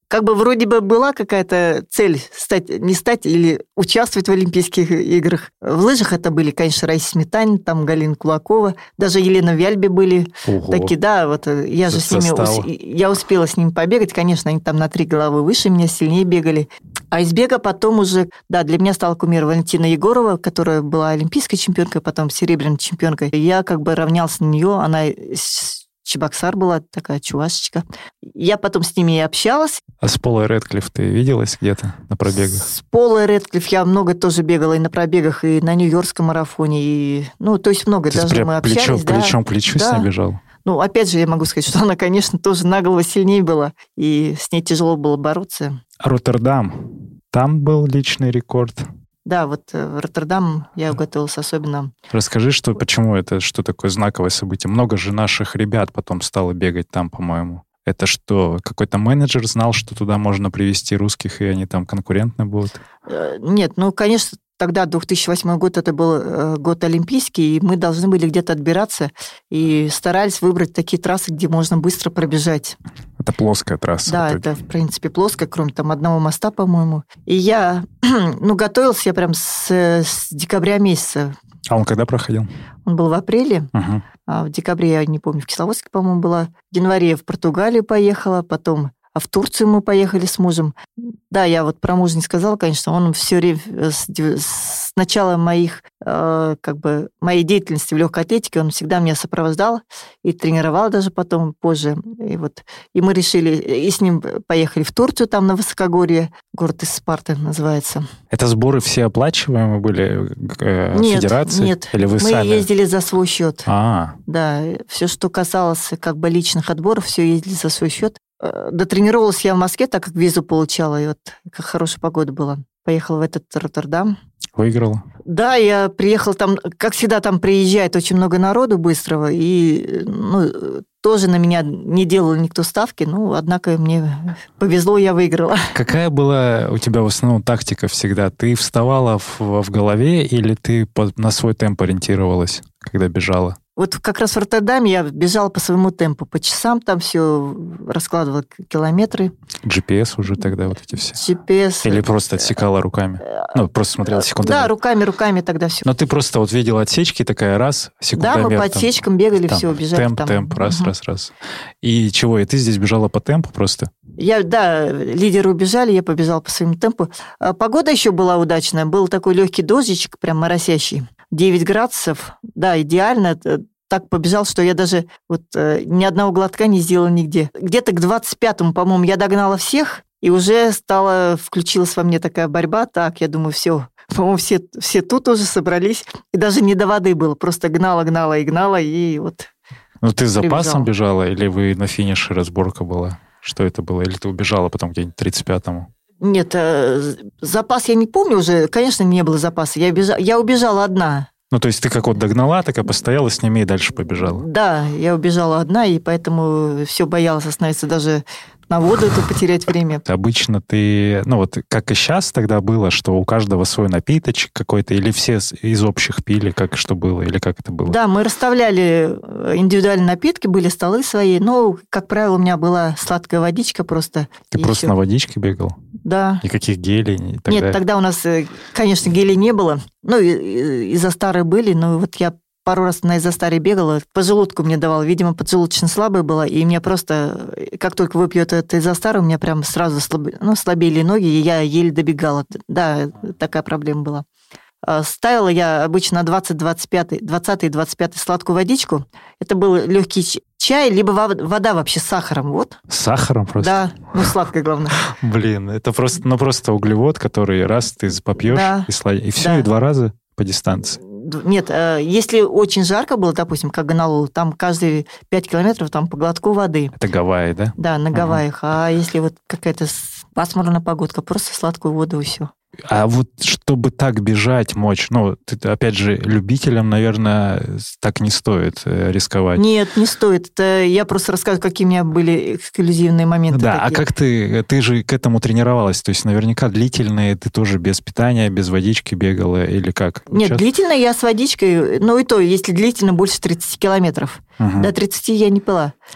как бы вроде бы была какая-то цель стать, не стать или участвовать в Олимпийских играх. В лыжах это были, конечно, Раиса Сметанина, там Галина Кулакова, даже Елена Вяльбе были. Ого. Такие, да, вот я же с ними, ус... я успела с ними побегать, конечно, они там на три головы выше меня, сильнее бегали. А из бега потом уже, да, для меня стала кумир Валентина Егорова, которая была олимпийской чемпионкой, потом серебряной чемпионкой. Я как бы равнялся на нее, она Чебоксар была, такая чувашечка. Я потом с ними и общалась. А с Полой Рэдклифф ты виделась где-то на пробегах? С Полой Рэдклифф я много тоже бегала и на пробегах, и на Нью-Йоркском марафоне, и, ну, то есть много. Ты даже мы общались. Плечом, да. плечом к плечу да. с ней бежал? Ну, опять же, я могу сказать, что она, конечно, тоже на голову сильнее была, и с ней тяжело было бороться. Роттердам. Там был личный рекорд. Да, вот в Роттердам я готовилась особенно. Расскажи, что, почему это, что такое знаковое событие? Много же наших ребят потом стало бегать там, по-моему. Это что, какой-то менеджер знал, что туда можно привезти русских, и они там конкурентны будут? Нет, ну, конечно, тогда две тысячи восьмой год, это был год олимпийский, и мы должны были где-то отбираться, и старались выбрать такие трассы, где можно быстро пробежать. Это плоская трасса. Да, это, в принципе, плоская, кроме там одного моста, по-моему. И я, ну, готовилась я прям с, с декабря месяца. А он когда проходил? Он был в апреле, угу. а в декабре, я не помню, в Кисловодске, по-моему, была. В январе в Португалию поехала, потом... А в Турцию мы поехали с мужем. Да, я вот про мужа не сказала, конечно, он все время с, с начала моих, э, как бы, моей деятельности в легкой атлетике, он всегда меня сопровождал и тренировал даже потом, позже. И вот, и мы решили, и с ним поехали в Турцию, там на высокогорье, город из Спарты называется. Это сборы все оплачиваемые были э, нет, федерации? Нет, или вы мы сами? ездили за свой счет. А. Да, все, что касалось как бы личных отборов, все ездили за свой счет. Дотренировалась я в Москве, так как визу получала, и вот как хорошая погода была. Поехала в этот Роттердам. Выиграла? Да, я приехала там, как всегда, там приезжает очень много народу быстрого, и ну, тоже на меня не делал никто ставки, ну, однако мне повезло, я выиграла. Какая была у тебя в основном тактика всегда? Ты вставала в, в голове или ты по, на свой темп ориентировалась, когда бежала? Вот как раз в Роттердаме я бежала по своему темпу, по часам там все раскладывала километры. джи пи эс уже тогда вот эти все? джи пи эс. Или просто отсекала руками? Ну, просто смотрела секундомер. Да, руками, руками тогда все. Но ты просто вот видела отсечки, такая раз, секундомер. Да, мы по отсечкам бегали, там, все, бежали. Темп, там. темп, раз, угу. раз, раз. И чего, и ты здесь бежала по темпу просто? Я, да, лидеры убежали, я побежала по своему темпу. Погода еще была удачная, был такой легкий дождичек, прям моросящий. девять градусов, да, идеально. Так побежал, что я даже вот э, ни одного глотка не сделала нигде. Где-то к двадцать пятому, по-моему, я догнала всех, и уже стала, включилась во мне такая борьба. Так, я думаю, все, по-моему, все, все тут уже собрались. И даже не до воды было, просто гнала, гнала и гнала, и вот... Ну, ты с запасом бежала, или вы на финише разборка была? Что это было? Или ты убежала потом где-нибудь к тридцать пятому? Нет, э, запас я не помню уже. Конечно, не было запаса. Я, бежала, я убежала одна. Ну, то есть ты как вот догнала, такая постояла с ними и дальше побежала? Да, я убежала одна, и поэтому все боялась остановиться, даже на воду это потерять время. Обычно ты, ну вот как и сейчас тогда было, что у каждого свой напиточек какой-то, или все из общих пили, как что было, или как это было? Да, мы расставляли индивидуальные напитки, были столы свои, но, как правило, у меня была сладкая водичка просто. Ты просто все. На водичке бегал? Да. Никаких гелей? И так Нет, далее. Тогда у нас, конечно, гелей не было. Ну, из-за старой были, но вот я пару раз на из-за старой бегала, по желудку мне давал, видимо, поджелудочно слабая была, и мне просто, как только выпью это из-за старой, у меня прям сразу слаб... ну, слабели ноги, и я еле добегала. Да, такая проблема была. Ставила я обычно двадцать-двадцать пять, двадцать двадцать пять сладкую водичку. Это был легкий чай, либо вода вообще с сахаром, вот. С сахаром просто? Да, ну сладкое главное. Блин, это просто, ну, просто углевод, который раз ты попьешь, да. и, слад... и все, да. и два раза по дистанции. Нет, если очень жарко было, допустим, как Гонолулу, там каждые пять километров там по глотку воды. Это Гавайи, да? Да, на Гавайях. Ага. А если вот какая-то пасмурная погодка, просто сладкую воду и все. А вот чтобы так бежать мочь, ну, ты, опять же, любителям, наверное, так не стоит рисковать. Нет, не стоит. Это я просто рассказываю, какие у меня были эксклюзивные моменты. Да, такие. А как ты, ты же к этому тренировалась? То есть наверняка длительные ты тоже без питания, без водички бегала или как? Нет, Сейчас? длительно я с водичкой, ну и то, если длительно больше тридцать километров. Угу. До тридцати я не пила.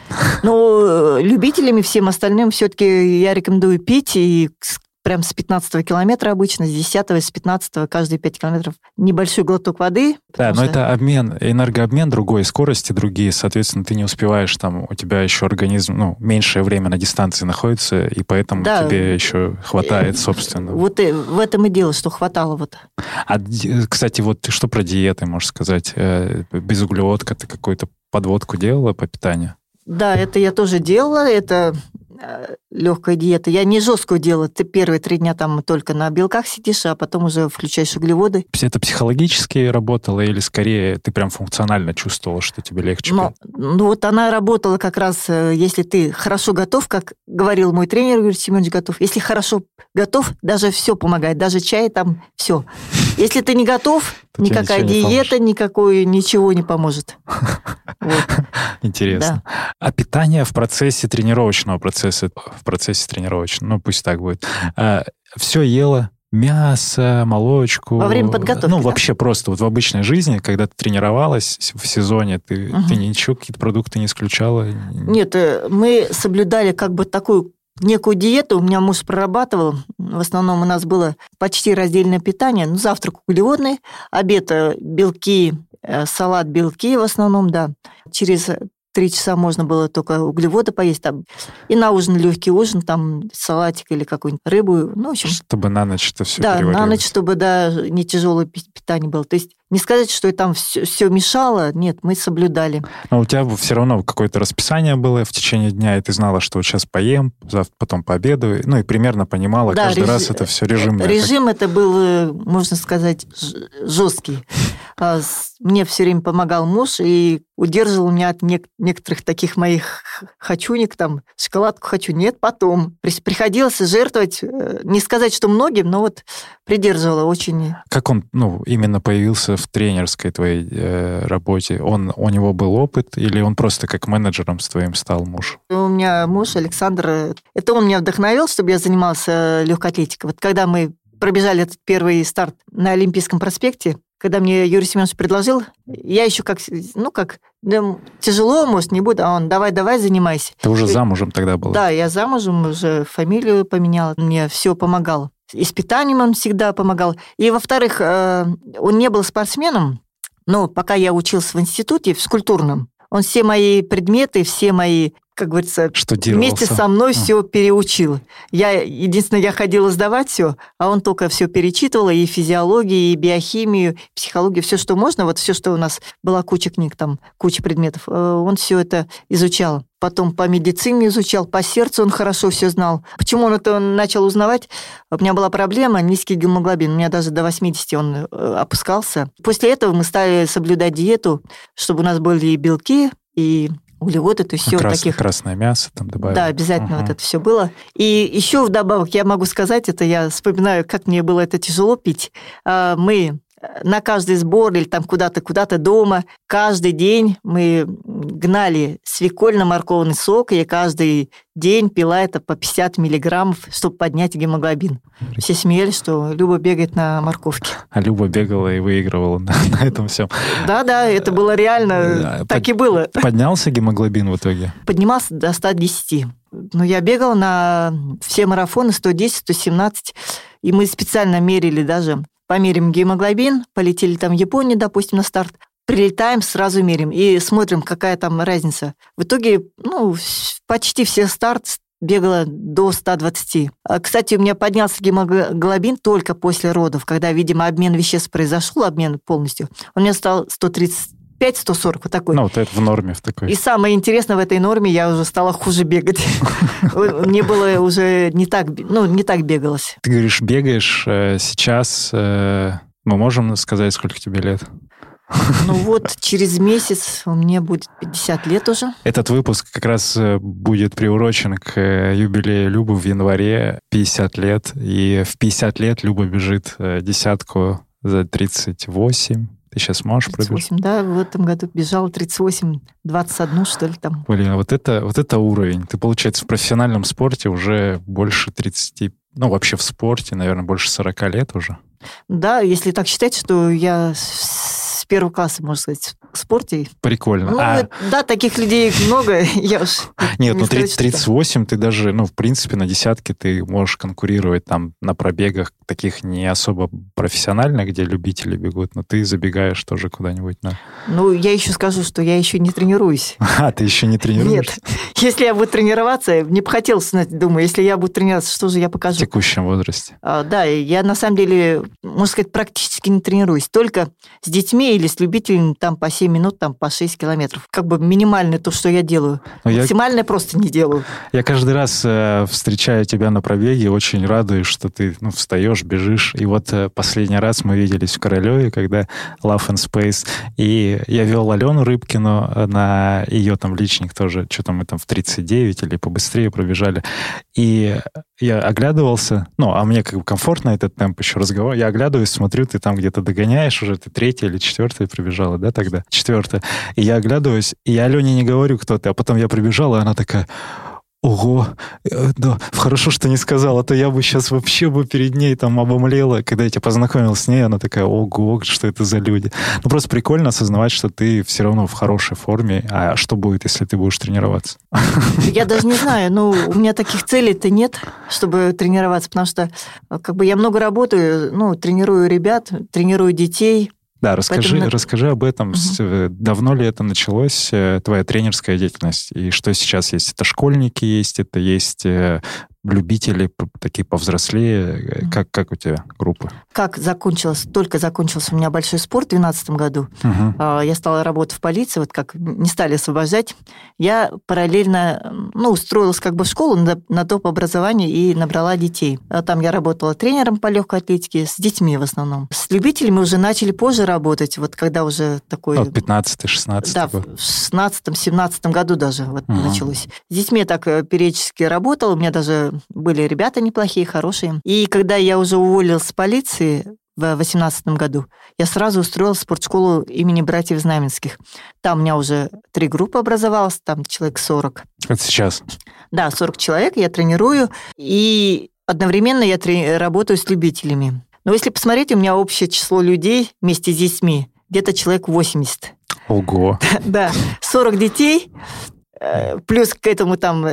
Но любителями, всем остальным все-таки я рекомендую пить, и прям с пятнадцатого километра обычно, с десятого, с пятнадцатого, каждые пять километров небольшой глоток воды. Да, но что... это обмен, энергообмен другой, скорости другие, соответственно, ты не успеваешь, там, у тебя еще организм, ну, меньшее время на дистанции находится, и поэтому да, тебе еще хватает, собственно. Вот и в этом и дело, что хватало вот. А, кстати, вот ты что про диеты можешь сказать? Безуглеводка, ты какую-то подводку делала по питанию? Да, это я тоже делала, это легкая диета. Я не жесткую делала. Ты первые три дня там только на белках сидишь, а потом уже включаешь углеводы. Это психологически работало или скорее ты прям функционально чувствовала, что тебе легче? Но, ну вот она работала как раз, если ты хорошо готов, как говорил мой тренер Юрий Семенович Готов, если хорошо готов, даже все помогает, даже чай там, все. Если ты не готов, никакая диета, никакой, ничего не поможет. Интересно. А питание в процессе тренировочного процесса, в процессе тренировочного, ну пусть так будет, все ела? Мясо, молочку. Во время подготовки. Ну, да? вообще просто вот в обычной жизни, когда ты тренировалась в сезоне, ты, угу. ты ничего, какие-то продукты не исключала? Нет, мы соблюдали как бы такую некую диету. У меня муж прорабатывал. В основном у нас было почти раздельное питание. Ну, завтрак углеводный, обед белки, салат белки в основном, да. Через три часа можно было только углеводы поесть, там, и на ужин легкий ужин, там, салатик или какую-нибудь рыбу, ну, в общем. Чтобы на ночь это все да, переварилось. Да, на ночь, чтобы, да, не тяжелое питание было. То есть не сказать, что там все, все мешало, нет, мы соблюдали. Но у тебя все равно какое-то расписание было в течение дня, и ты знала, что вот сейчас поем, завтра потом пообедаю, ну, и примерно понимала, да, каждый реж... раз это все режимное. Режим это был, можно сказать, жесткий. Мне все время помогал муж и удерживал меня от нек- некоторых таких моих хочуник, там, шоколадку хочу, нет, потом. Приходилось жертвовать, не сказать, что многим, но вот придерживала очень. Как он, ну, именно появился в тренерской твоей э, работе? Он, у него был опыт или он просто как менеджером с твоим стал муж? У меня муж Александр, это он меня вдохновил, чтобы я занималась легкой атлетикой. Вот когда мы пробежали этот первый старт на Олимпийском проспекте, когда мне Юрий Семенович предложил, я еще как, ну как, да, тяжело, может, не буду, а он, давай-давай, занимайся. Ты уже замужем тогда была? Да, я замужем, уже фамилию поменяла, мне все помогал. И с питанием он всегда помогал. И, во-вторых, он не был спортсменом, но пока я учился в институте, в физкультурном, он все мои предметы, все мои, как говорится, вместе со мной все переучил. Я, единственное, я ходила сдавать все, а он только все перечитывал, и физиологию, и биохимию, и психологию, все, что можно, вот все, что у нас была куча книг, там, куча предметов, он все это изучал. Потом по медицине изучал, по сердцу он хорошо все знал. Почему он это начал узнавать? У меня была проблема, низкий гемоглобин. У меня даже до восьмидесяти он опускался. После этого мы стали соблюдать диету, чтобы у нас были и белки, и углеводы, то есть все Крас, таких... Красное мясо там добавили. Да, обязательно угу. вот это все было. И еще вдобавок я могу сказать, это я вспоминаю, как мне было это тяжело пить. Мы... На каждый сбор или там куда-то, куда-то дома, каждый день мы гнали свекольно-морковный сок, и я каждый день пила это по пятьдесят миллиграммов, чтобы поднять гемоглобин. Все смеялись, что Люба бегает на морковке. А Люба бегала и выигрывала на, на этом всем. Да-да, это было реально, да, так под, и было. Поднялся гемоглобин в итоге? Поднимался до ста десяти. Но я бегала на все марафоны сто десять, сто семнадцать, и мы специально мерили даже... Померим гемоглобин, полетели там в Японию, допустим, на старт, прилетаем, сразу мерим и смотрим, какая там разница. В итоге, ну, почти все старт бегала до ста двадцати. Кстати, у меня поднялся гемоглобин только после родов, когда, видимо, обмен веществ произошел, обмен полностью. У меня стал сто тридцать пять - сто сорок, вот такой. Ну, вот это в норме в такой. И самое интересное, в этой норме я уже стала хуже бегать. Мне было уже не так, ну, не так бегалось. Ты говоришь, бегаешь сейчас. Мы можем сказать, сколько тебе лет? Ну вот, через месяц мне будет пятьдесят лет уже. Этот выпуск как раз будет приурочен к юбилею Любы в январе, пятьдесят лет. И в пятьдесят лет Люба бежит десятку за тридцать восемь. Ты сейчас можешь пробежать? тридцать восемь, да, в этом году бежала тридцать восемь, двадцать один, что ли, там. Блин, вот это, вот это уровень. Ты, получается, в профессиональном спорте уже больше тридцати, ну, вообще в спорте, наверное, больше сорока лет уже. Да, если так считать, что я с с первого класса, можно сказать, в спорте. Прикольно. Ну, а... да, таких людей много. Я уж Нет, не ну сказать, тридцать восемь ты даже, ну, в принципе, на десятке ты можешь конкурировать там на пробегах таких не особо профессиональных, где любители бегут, но ты забегаешь тоже куда-нибудь на... Ну, я еще скажу, что я еще не тренируюсь. А, ты еще не тренируешься? Нет. Если я буду тренироваться, мне бы хотелось знать, думаю, если я буду тренироваться, что же я покажу? В текущем возрасте. А, да, я на самом деле, можно сказать, практически не тренируюсь. Только с детьми или с любителями там по семь минут, там по шесть километров. Как бы минимальное то, что я делаю. Но Максимальное я... просто не делаю. Я каждый раз э, встречаю тебя на пробеге, очень радуюсь, что ты ну, встаешь, бежишь. И вот э, последний раз мы виделись в Королеве, когда Love and Space, и я вел Алену Рыбкину на ее там личник тоже, что-то мы там в тридцать девять или побыстрее пробежали. И я оглядывался, ну, а мне как бы комфортно этот темп еще разговор. Я оглядываюсь, смотрю, ты там где-то догоняешь уже, ты третья или четвертая пробежала, да, тогда? Четвертая. И я оглядываюсь, и я Алене не говорю, кто ты, а потом я пробежала, и она такая... Ого, да, хорошо, что не сказал, а то я бы сейчас вообще бы перед ней там обомлела. Когда я тебя познакомил с ней, она такая, ого, что это за люди. Ну, просто прикольно осознавать, что ты все равно в хорошей форме. А что будет, если ты будешь тренироваться? Я даже не знаю, ну, у меня таких целей-то нет, чтобы тренироваться, потому что как бы я много работаю, ну, тренирую ребят, тренирую детей. Да, расскажи, Поэтому... расскажи об этом. Угу. Давно ли это началось, твоя тренерская деятельность? И что сейчас есть? Это школьники есть, это есть любители, такие повзрослее. Как, как у тебя группы? Как закончилось, только закончился у меня большой спорт в две тысячи двенадцатом году. Угу. Я стала работать в полиции, вот как не стали освобождать. Я параллельно, ну, устроилась как бы в школу на, на топ образование и набрала детей. Там я работала тренером по легкой атлетике, с детьми в основном. С любителями уже начали позже работать, вот когда уже такой... Вот пятнадцатый шестнадцатый Да, год. в шестнадцатом-семнадцатом году даже вот угу. началось. С детьми я так периодически работала, у меня даже были ребята неплохие, хорошие. И когда я уже уволилась с полиции в две тысячи восемнадцатом году, я сразу устроилась в спортшколу имени братьев Знаменских. Там у меня уже три группы образовалось, там человек сорок. Это сейчас? Да, сорок человек, я тренирую, и одновременно я трени- работаю с любителями. Но если посмотреть, у меня общее число людей вместе с детьми где-то человек восемьдесят. Ого! Да, сорок детей... Плюс к этому там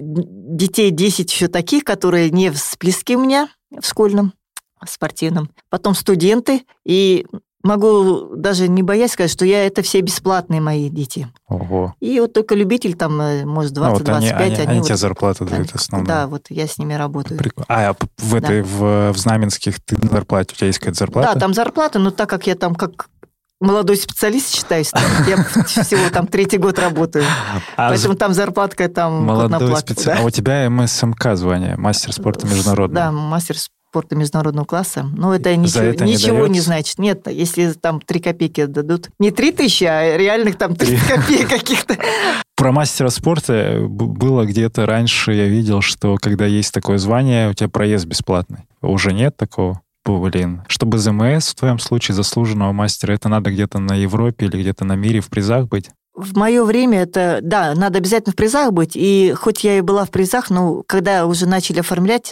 детей десять еще таких, которые не в списке у меня в школьном, спортивном. Потом студенты. И могу даже не боясь сказать, что я это все бесплатные мои дети. Ого. И вот только любитель там, может, двадцать-двадцать пять. А вот они, они, они вот, тебе зарплату дают основную. Да, вот я с ними работаю. Прикольно. А в, этой, да. в, в Знаменских ты на зарплате, у тебя есть какая-то зарплата? Да, там зарплата, но так как я там как... молодой специалист считаюсь, я всего там третий год работаю. А поэтому там зарплатка там молодой специалист. Да? А у тебя эм эс эм ка звание, мастер спорта международного. Да, мастер спорта международного класса. Но это ничего, это ничего не, не значит. Нет, если там три копейки дадут. Не три тысячи, а реальных там тридцать копеек каких-то. Про мастера спорта было где-то раньше, я видел, что когда есть такое звание, у тебя проезд бесплатный. Уже нет такого? Блин, чтобы зэ эм эс в твоем случае заслуженного мастера, это надо где-то на Европе или где-то на мире в призах быть? В мое время это, да, надо обязательно в призах быть. И хоть я и была в призах, но когда уже начали оформлять,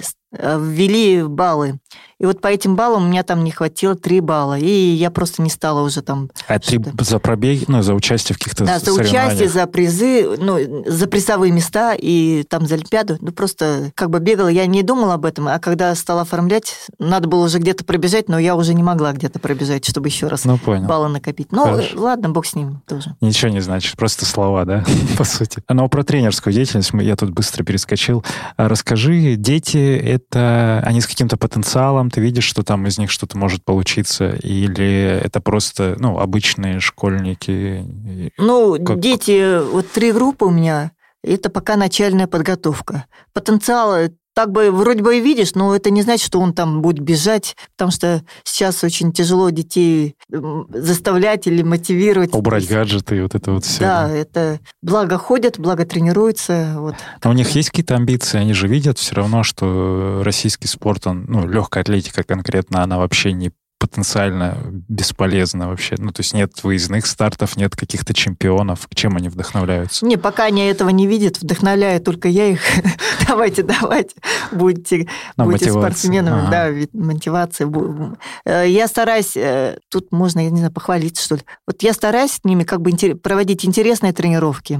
ввели баллы. И вот по этим баллам у меня там не хватило три балла. И я просто не стала уже там... А три за пробеги, ну, за участие в каких-то да, соревнованиях? Да, за участие, за призы, ну, за призовые места и там за Олимпиаду. Ну, просто как бы бегала, я не думала об этом. А когда стала оформлять, надо было уже где-то пробежать, но я уже не могла где-то пробежать, чтобы еще раз ну, понял. баллы накопить. Ну, хорошо. Ладно, бог с ним тоже. Ничего не значит, просто слова, да, по сути. Но про тренерскую деятельность я тут быстро перескочил. Расскажи, дети, это они с каким-то потенциалом, ты видишь, что там из них что-то может получиться, или это просто, ну, обычные школьники? Ну, как... дети, вот три группы у меня, это пока начальная подготовка. Потенциал так бы вроде бы и видишь, но это не значит, что он там будет бежать, потому что сейчас очень тяжело детей заставлять или мотивировать. Убрать гаджеты и вот это вот все. Да, это благо ходят, благо тренируются. Вот. Но у них есть какие-то амбиции? Они же видят все равно, что российский спорт, он, ну, легкая атлетика конкретно, она вообще не потенциально бесполезно вообще? Ну, то есть нет выездных стартов, нет каких-то чемпионов. Чем они вдохновляются? Не, пока они этого не видят, вдохновляю только я их. Давайте, давайте, будьте, будьте спортсменами. Да, мотивация. Я стараюсь, тут можно, я не знаю, похвалиться, что ли. Вот я стараюсь с ними как бы проводить интересные тренировки.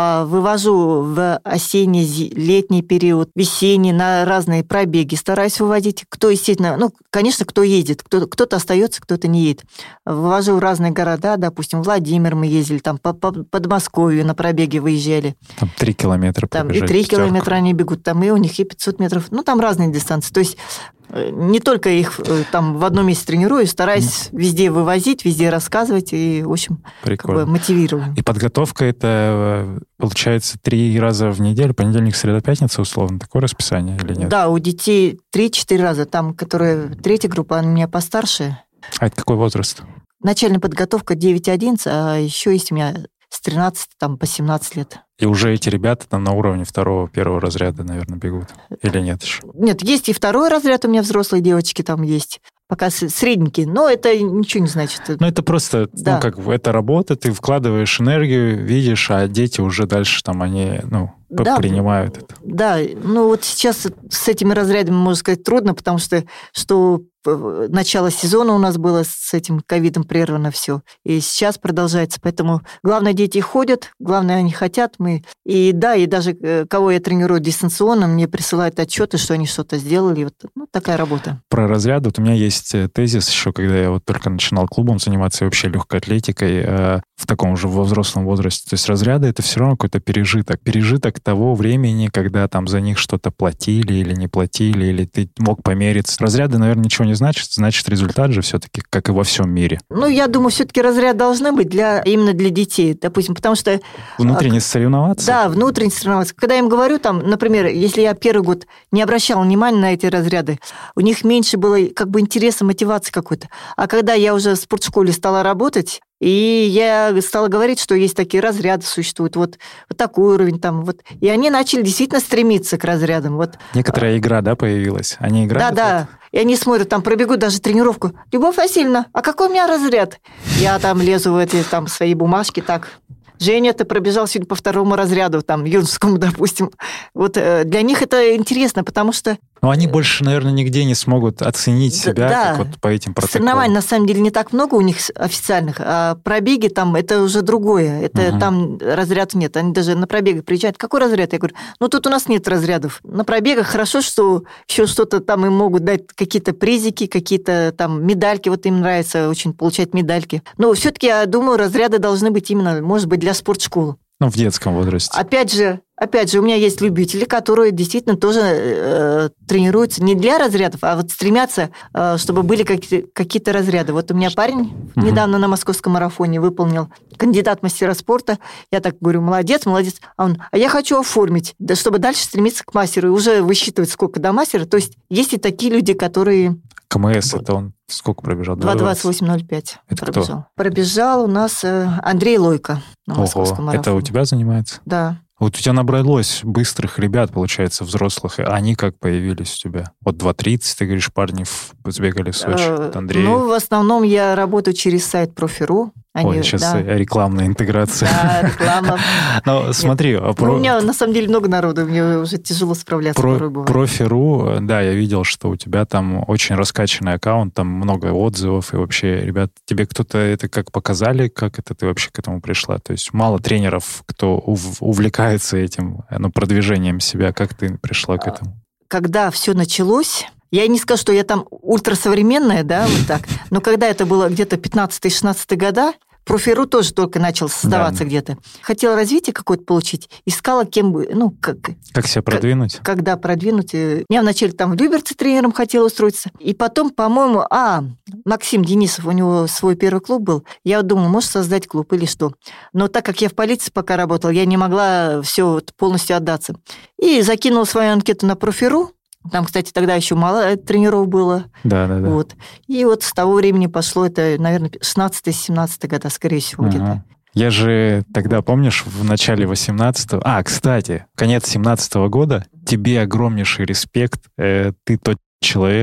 Вывожу в осенний, летний период, весенний, на разные пробеги. Стараюсь выводить, кто, естественно, ну, конечно, кто едет, кто, кто-то остается, кто-то не едет. Вывожу в разные города, допустим, Владимир мы ездили, там по, по Подмосковью на пробеге выезжали. Там три километра там и три километра они бегут, там и у них и пятьсот метров, ну, там разные дистанции. То есть не только их там в одном месте тренирую, стараюсь mm. везде вывозить, везде рассказывать и, в общем, как бы мотивирую. И подготовка это, получается, три раза в неделю, понедельник, среда, пятница, условно, такое расписание или нет? Да, у детей три-четыре раза. Там, которые третья группа, они у меня постарше. А это какой возраст? Начальная подготовка девять-одиннадцать, а еще есть у меня с тринадцати там, по семнадцать лет. И уже эти ребята там на уровне второго, первого разряда, наверное, бегут? Или нет еще? Нет, есть и второй разряд, у меня взрослые девочки там есть. Пока средненькие, но это ничего не значит. Ну, это просто, да. ну, как бы, это работа, ты вкладываешь энергию, видишь, а дети уже дальше там, они, ну, да, принимают это. Да, ну, вот сейчас с этими разрядами, можно сказать, трудно, потому что, что начало сезона у нас было с этим ковидом прервано все, и сейчас продолжается, поэтому главное, дети ходят, главное, они хотят, мы, и да, и даже кого я тренирую дистанционно, мне присылают отчеты, что они что-то сделали, вот, ну, такая работа. Про разряды, вот у меня есть тезис еще, когда я вот только начинал клубом заниматься и вообще легкой атлетикой э, в таком же во взрослом возрасте, то есть разряды это все равно какой-то пережиток, пережиток того времени, когда там за них что-то платили или не платили, или ты мог помериться. Разряды, наверное, ничего не значит, значит результат же все-таки, как и во всем мире. Ну, я думаю, все-таки разряды должны быть для, именно для детей, допустим, потому что... Внутренне соревноваться? Да, внутренне соревноваться. Когда я им говорю, там, например, если я первый год не обращала внимания на эти разряды, у них меньше было как бы интереса, мотивации какой-то. А когда я уже в спортшколе стала работать, и я стала говорить, что есть такие разряды, существуют, вот, вот такой уровень там, вот. И они начали действительно стремиться к разрядам. Вот. Некоторая игра, да, появилась? Они играют? Да, да. И они смотрят, там пробегут даже тренировку. Любовь Васильевна, а какой у меня разряд? Я там лезу в эти там свои бумажки, так... Женя, ты пробежал сегодня по второму разряду, там, юношескому, допустим. Вот для них это интересно, потому что... Но они больше, наверное, нигде не смогут оценить себя, да, как вот по этим протоколам. Соревнований, на самом деле, не так много у них официальных, а пробеги там, это уже другое. Это uh-huh. там разряд нет. Они даже на пробегах приезжают. Какой разряд? Я говорю, ну, тут у нас нет разрядов. На пробегах хорошо, что еще что-то там им могут дать, какие-то призики, какие-то там медальки. Вот им нравится очень получать медальки. Но все-таки, я думаю, разряды должны быть именно, может быть, для спортшкол. Ну, в детском возрасте. Опять же, опять же, у меня есть любители, которые действительно тоже э, тренируются не для разрядов, а вот стремятся, э, чтобы были какие-то, какие-то разряды. Вот у меня парень uh-huh. недавно на московском марафоне выполнил, кандидат в мастера спорта. Я так говорю, молодец, молодец. А он, а я хочу оформить, да, чтобы дальше стремиться к мастеру и уже высчитывать, сколько до мастера. То есть есть и такие люди, которые... КМС, это он сколько пробежал? два двадцать восемь ноль пять Это пробежал. Кто? Пробежал у нас Андрей Лойко на московском марафоне. Это у тебя занимается? Да. Вот у тебя набралось быстрых ребят, получается, взрослых, а они как появились у тебя? Вот два тридцать, ты говоришь, парни сбегали в Сочи, вот Андрей. Ну, в основном я работаю через сайт Профи.ру. Они, Ой, сейчас да. рекламная интеграция. Да, реклама. Но смотри... А про... У меня, на самом деле, много народу, мне уже тяжело справляться. Про... Профи.ру, да, я видел, что у тебя там очень раскачанный аккаунт, там много отзывов, и вообще, ребят, тебе кто-то это как показали, как это ты вообще к этому пришла? То есть мало тренеров, кто ув... увлекается этим, ну, продвижением себя. Как ты пришла к этому? Когда все началось... Я не скажу, что я там ультрасовременная, да, вот так, но когда это было где-то пятнадцатый-шестнадцатый года, Профи.ру тоже только начал создаваться, да, где-то. Хотела развитие какое-то получить, искала кем бы, ну, как... Как себя продвинуть? Как, когда продвинуть. Я вначале там в Люберце тренером хотела устроиться, и потом, по-моему, а, Максим Денисов, у него свой первый клуб был, я думала, может создать клуб или что. Но так как я в полиции пока работала, я не могла все полностью отдаться. И закинула свою анкету на Профи.ру. Там, кстати, тогда еще мало тренеров было. Да, да, да. Вот. И вот с того времени пошло это, наверное, шестнадцатый-семнадцатый года, скорее всего, ага. где-то. Я же тогда, помнишь, в начале восемнадцатого... А, кстати, конец семнадцатого года, тебе огромнейший респект. Ты тот человек,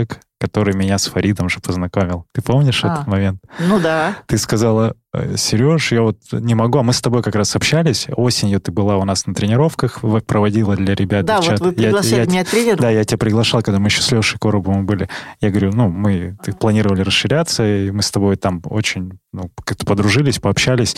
который меня с Фаридом же познакомил. Ты помнишь А, этот момент? Ну да. Ты сказала: Сереж, я вот не могу, а мы с тобой как раз общались. Осенью ты была у нас на тренировках, проводила для ребят, Да, девчат. вот вы приглашали я, я, меня тренером. Да, я тебя приглашал, когда мы еще с Лешей Коробовым были. Я говорю, ну, мы ты, планировали расширяться, и мы с тобой там очень, ну, как-то подружились, пообщались.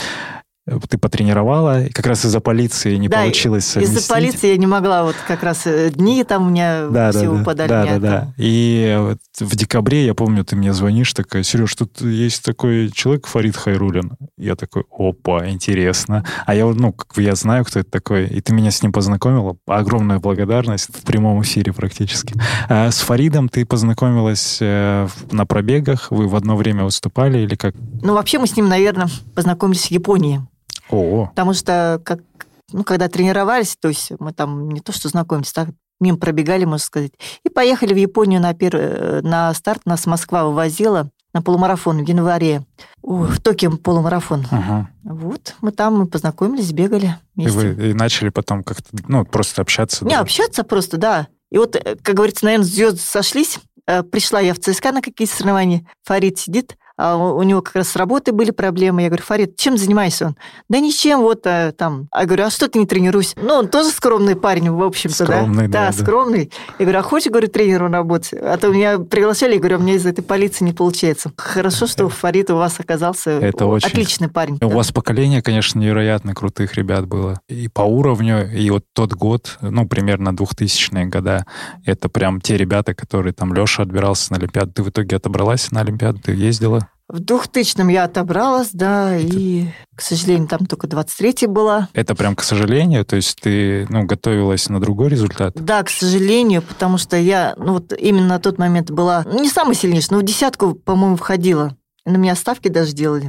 Ты потренировала, и как раз из-за полиции не да, получилось совместить. Из-за полиции я не могла, вот как раз дни там у меня да, все да, выпадали. Да, меня да, да. И вот в декабре, я помню, ты мне звонишь, такая: Сереж, тут есть такой человек, Фарид Хайруллин. Я такой: опа, интересно. А я, ну, как бы я знаю, кто это такой, и ты меня с ним познакомила. Огромная благодарность в прямом эфире практически. А с Фаридом ты познакомилась на пробегах, вы в одно время выступали или как? Ну, вообще мы с ним, наверное, познакомились в Японии. О. Потому что, как, ну, когда тренировались, то есть мы там не то что знакомились, так мимо пробегали, можно сказать, и поехали в Японию на, пер... на старт. Нас Москва вывозила на полумарафон в январе. О, в Токио полумарафон. Ага. Вот, мы там мы познакомились, бегали вместе. И вы и начали потом как-то, ну, просто общаться? Не, да? общаться просто, да. И вот, как говорится, наверное, звезды сошлись. Пришла я в ЦСКА на какие-то соревнования, Фарид сидит, а у него как раз с работой были проблемы. Я говорю: Фарид, чем занимаешься? Он: да ничем, вот а, там. А я говорю: а что ты не тренируешься? Ну, он тоже скромный парень, в общем-то, скромный, да? Да, да, да, скромный. Я говорю: а хочешь, говорю, тренером работать? А то меня приглашали, я говорю: у меня из этой полиции не получается. Хорошо, что Фарид у вас оказался Это очень... отличный парень. У да. вас поколение, конечно, невероятно крутых ребят было. И по уровню, и вот тот год, ну, примерно двухтысячные года, это прям те ребята, которые там... Леша отбирался на Олимпиаду. Ты в итоге отобралась на Олимпиаду? Ты ездила? В двухтысячном я отобралась, да, это... и, к сожалению, там только двадцать третья была. Это прям к сожалению? То есть ты, ну, готовилась на другой результат? Да, к сожалению, потому что я, ну, вот именно на тот момент была, ну, не самая сильнейшая, но в десятку, по-моему, входила. На меня ставки даже делали.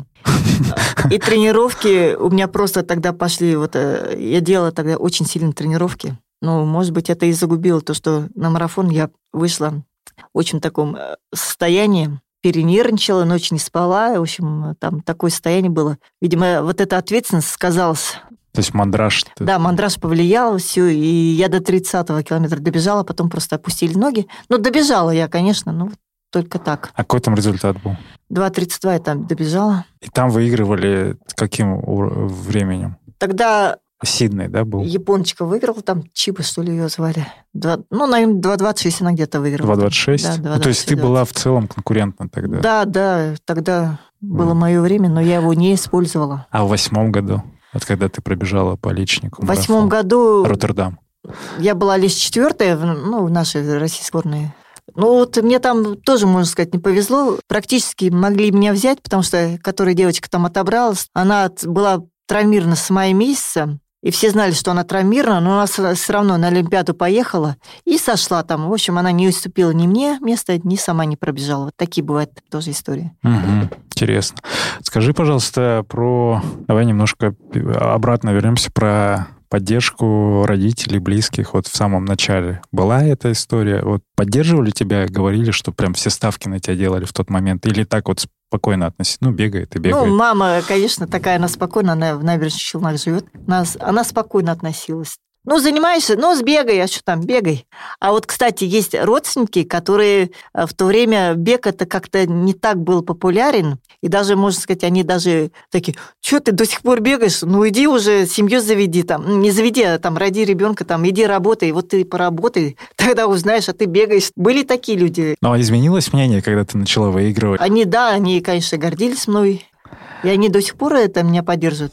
И тренировки у меня просто тогда пошли, вот я делала тогда очень сильные тренировки. Ну, может быть, это и загубило то, что на марафон я вышла в очень таком состоянии, перенервничала, ночь не спала. В общем, там такое состояние было. Видимо, вот эта ответственность сказалась. То есть мандраж... Да, мандраж повлиял, все, и я до тридцатого километра добежала, потом просто опустили ноги. Ну, добежала я, конечно, ну, только так. А какой там результат был? два тридцать два я там добежала. И там выигрывали каким временем? Тогда... Сидней, да, был? Япончика выиграл, там Чиба, что ли, ее звали. два, ну, наверное, два двадцать шесть она где-то выиграла. два двадцать шесть? Да, два двадцать шесть. Ну, то есть ты была в целом конкурентна тогда? Да, да, тогда было mm. мое время, но я его не использовала. А в восьмом году? Вот когда ты пробежала по личнику? В восьмом году... Роттердам. Я была лишь четвертая, ну, в нашей российской сборной. Ну, вот мне там тоже, можно сказать, не повезло. Практически могли меня взять, потому что, которая девочка там отобралась, она была травмирована с мая месяца. И все знали, что она травмирована, но она все равно на Олимпиаду поехала и сошла там. В общем, она не уступила ни мне место, ни сама не пробежала. Вот такие бывают тоже истории. Угу. Интересно. Скажи, пожалуйста, про... Давай немножко обратно вернемся про поддержку родителей, близких вот в самом начале. Была эта история? Вот поддерживали тебя, говорили, что прям все ставки на тебя делали в тот момент? Или так вот спокойно относились? Ну, бегает и бегает. Ну, мама, конечно, такая, она спокойно, она в Набережных Челнах живет. Она, она спокойно относилась. Ну, занимаешься, ну, сбегай, а что там, бегай. А вот, кстати, есть родственники, которые в то время бег это как-то не так был популярен, и даже, можно сказать, они даже такие: что ты до сих пор бегаешь? Ну, иди уже, семью заведи там, не заведи, а там, роди ребенка, там, иди работай, вот ты поработай, тогда узнаешь, а ты бегаешь. Были такие люди. Ну, а изменилось мнение, когда ты начала выигрывать? Они, да, они, конечно, гордились мной, и они до сих пор это меня поддерживают.